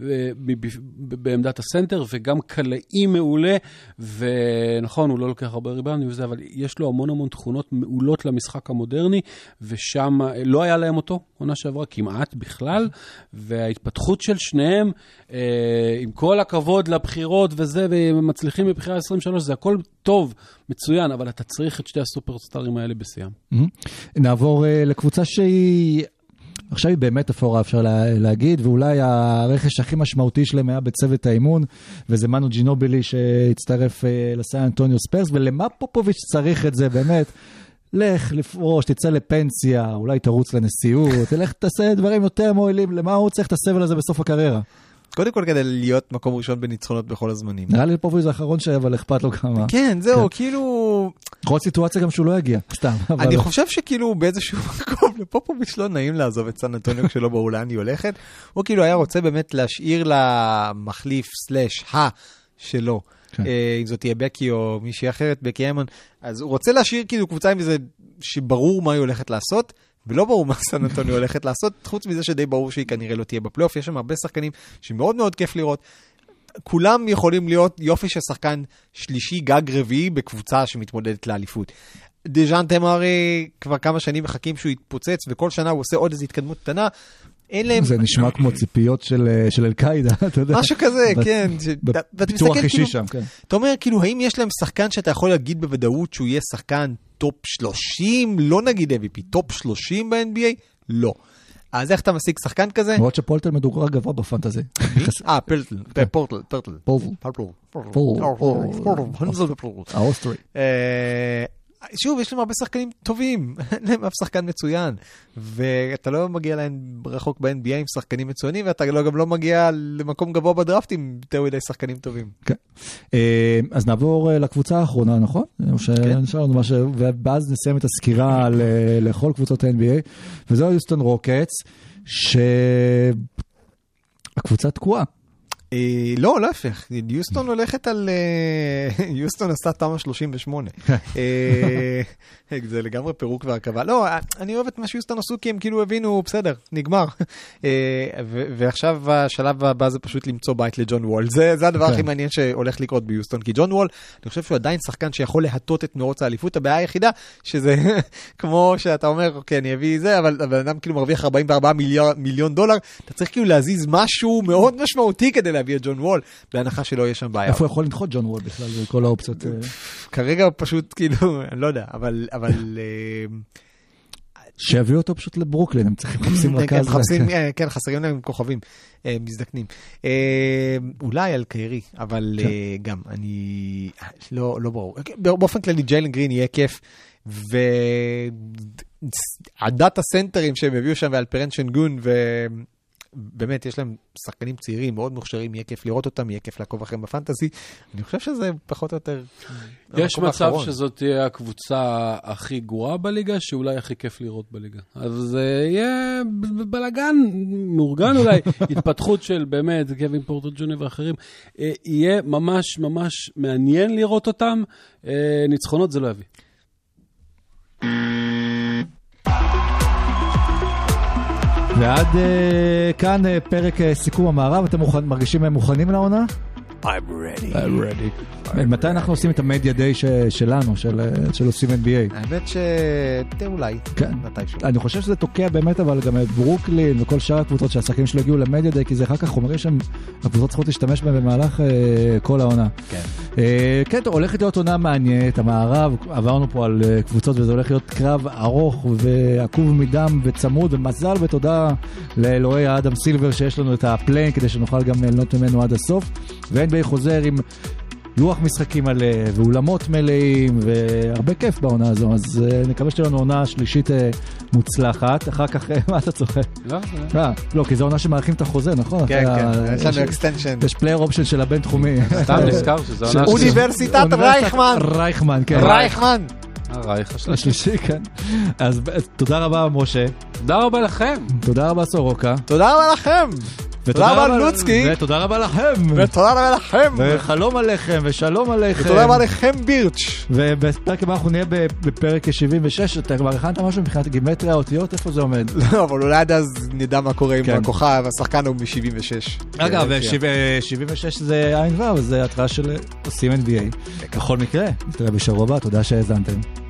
בעמדת הסנטר, וגם קלעי מעולה, ונכון, הוא לא לוקח הרבה ריבאונדים וזה, אבל יש לו המון המון תכונות מעולות למשחק המודרני, ושם לא היה להם אותו, עונה שעברה כמעט בכלל, וההתפתחות של שניהם, עם כל הכבוד לבחירות וזה, ומצליחים בבחירה 23, זה הכל טוב, מצוין, אבל אתה צריך את שתי הסופרסטארים האלה בסיים. נעבור לקבוצה שהיא... עכשיו היא באמת אפורה, אפשר להגיד, ואולי הרכש הכי משמעותי שלהם היה בצוות האימון, וזה מנו ג'ינובילי שהצטרף לסן אנטוניו ספרס, ולמה פופוביץ' צריך את זה באמת? לך לפרוש, תצא לפנסיה, אולי תרוץ לנשיאות, תלך תעשה דברים יותר מועילים, למה הוא צריך את הסבל הזה בסוף הקריירה? קודם כל כדי להיות מקום ראשון בניצחונות בכל הזמנים. נראה לי פופוביץ' זה האחרון אבל אכפת לו כמה. כן, זהו, כאילו... כל סיטואציה גם שהוא לא יגיע, סתם. אני חושב שכאילו באיזשהו מקום, לפופוביץ' לא נעים לעזוב את סן אנטוניו כשלא ברור לאן היא הולכת, הוא כאילו היה רוצה באמת להשאיר למחליף סלש שלו, אם זאת תהיה בקי או מישהי אחרת, בקי איימן, אז הוא רוצה להשאיר כאילו קבוצה עם איזה שברור מה היא הולכת לעשות, ולא ברור מה סן אנטוניו הולכת לעשות, חוץ מזה שדי ברור שהיא כנראה לא תהיה בפלייאוף, יש שם הרבה שחקנים שמאוד מאוד כיף לראות, כולם יכולים להיות יופי של שחקן שלישי גג רביעי בקבוצה שמתמודדת לאליפות. דז'אנטה מארי כבר כמה שנים מחכים שהוא יתפוצץ, וכל שנה הוא עושה עוד איזו התקדמות קטנה, זה נשמע כמו ציפיות של אל-קאידה, אתה יודע. משהו כזה, כן. בפיתוח אישי שם, כן. אתה אומר, כאילו, האם יש להם שחקן שאתה יכול להגיד בוודאות שהוא יהיה שחקן טופ 30, לא נגיד MVP, טופ 30 ב-NBA? לא. אז איך אתה משיג שחקן כזה? למרות שפולטל מדורג גבוה בפנטזי. פורטל. האוסטרי. שוב, יש להם הרבה שחקנים טובים, אין להם אף שחקן מצוין, ואתה לא מגיע להם רחוק ב-NBA עם שחקנים מצוינים, ואתה גם לא מגיע למקום גבוה בדראפט עם יותר מדי שחקנים טובים. כן. אז נעבור לקבוצה האחרונה, נכון? שנשאר לנו משהו, ואז נסיים את הסקירה לכל קבוצות ה-NBA, וזהו יוסטון רוקטס, שהקבוצה תקועה. לא, להפך. יוסטון הולכת על... יוסטון עשה תמה 38. זה לגמרי פירוק והרכבה. לא, אני אוהב את מה שיוסטון עשו, כי הם כאילו הבינו, בסדר, נגמר. ועכשיו השלב הבא זה פשוט למצוא בית לג'ון וול. זה הדבר הכי מעניין שהולך לקרות ביוסטון, כי ג'ון וול, אני חושב שהוא עדיין שחקן שיכול להטות את מרוץ האליפות. הבעיה היחידה, שזה כמו שאתה אומר, אוקיי, אני אביא זה, אבל אדם כאילו מרוויח 44 מיליון דולר, אתה צריך כאילו להזיז משהו מאוד משמעותי כדי להביא את ג'ון וול, בהנחה שלא יהיה שם בעיה. איפה יכול לנחות ג'ון וול בכלל, כל האופציות? כרגע פשוט כאילו, אני לא יודע, אבל... שיביאו אותו פשוט לברוקלין, הם צריכים לחפשים רכז. כן, חסרים להם כוכבים, מזדקנים. אולי על קיירי, אבל גם, אני... לא ברור. באופן כללי, ג'יילן גרין יהיה כיף, ועדת הסנטרים שהם הביאו שם, ואלפרן שנגון, באמת, יש להם שחקנים צעירים, מאוד מוכשרים, יהיה כיף לראות אותם, יהיה כיף לעקוב אחריהם בפנטזי. אני חושב שזה פחות או יותר... יש מצב שזאת תהיה הקבוצה הכי גרועה בליגה, שאולי הכי כיף לראות בליגה. אז זה יהיה בלגן, מאורגן אולי, התפתחות של באמת, קווין פורטר ג'וניור ואחרים, יהיה ממש ממש מעניין לראות אותם, ניצחונות זה לא יביא. ועד כאן פרק סיכום המערב, אתם מרגישים מוכנים לעונה? I'm ready. מתי אנחנו עושים את המדיה דיי שלנו, של עושים NBA? האמת אולי, מתישהו. אני חושב שזה תוקע באמת, אבל גם את ברוקלין וכל שאר הקבוצות שהשחקנים שלו הגיעו למדיה דיי, כי זה אחר כך חומרים שהקבוצות צריכות להשתמש בהם במהלך כל העונה. כן, הולכת להיות עונה מעניינת, המערב, עברנו פה על קבוצות וזה הולך להיות קרב ארוך ועקוב מדם וצמוד, ומזל ותודה לאלוהי האדם סילבר שיש לנו את הפליין, כדי שנוכל גם ליהנות ממנו עד הסוף. ו-NBA חוזר עם לוח משחקים מלא, ואולמות מלאים, והרבה כיף בעונה הזו, אז נקווה שתהיה לנו עונה שלישית מוצלחת, אחר כך, מה אתה צוחק? לא, כי זו עונה שמארחים את החוזה, נכון? כן, כן, יש לנו אקסטנשן. יש פלייר אופשן של הבן תחומי. סתם נזכר שזו עונה... אוניברסיטת רייכמן. רייכמן, כן. רייכמן. הרייך השלישי, כן. אז תודה רבה, משה. תודה רבה לכם. תודה רבה, סורוקה. תודה רבה לכם. תודה רבה לוצקי. ותודה רבה לכם. ותודה רבה לכם. וחלום עליכם ושלום עליכם. ותודה רבה לכם בירץ'. ובפרק הבא אנחנו נהיה בפרק 76. אתה כבר הכנת משהו מבחינת גימטריה, האותיות, איפה זה עומד? לא, אבל אולי עד אז נדע מה קורה עם הכוכב, השחקן הוא מ-76. אגב, 76 זה עין וו, זה התראה של עושים NBA. בכל מקרה, נתראה בשבוע הבא, תודה שהאזנתם.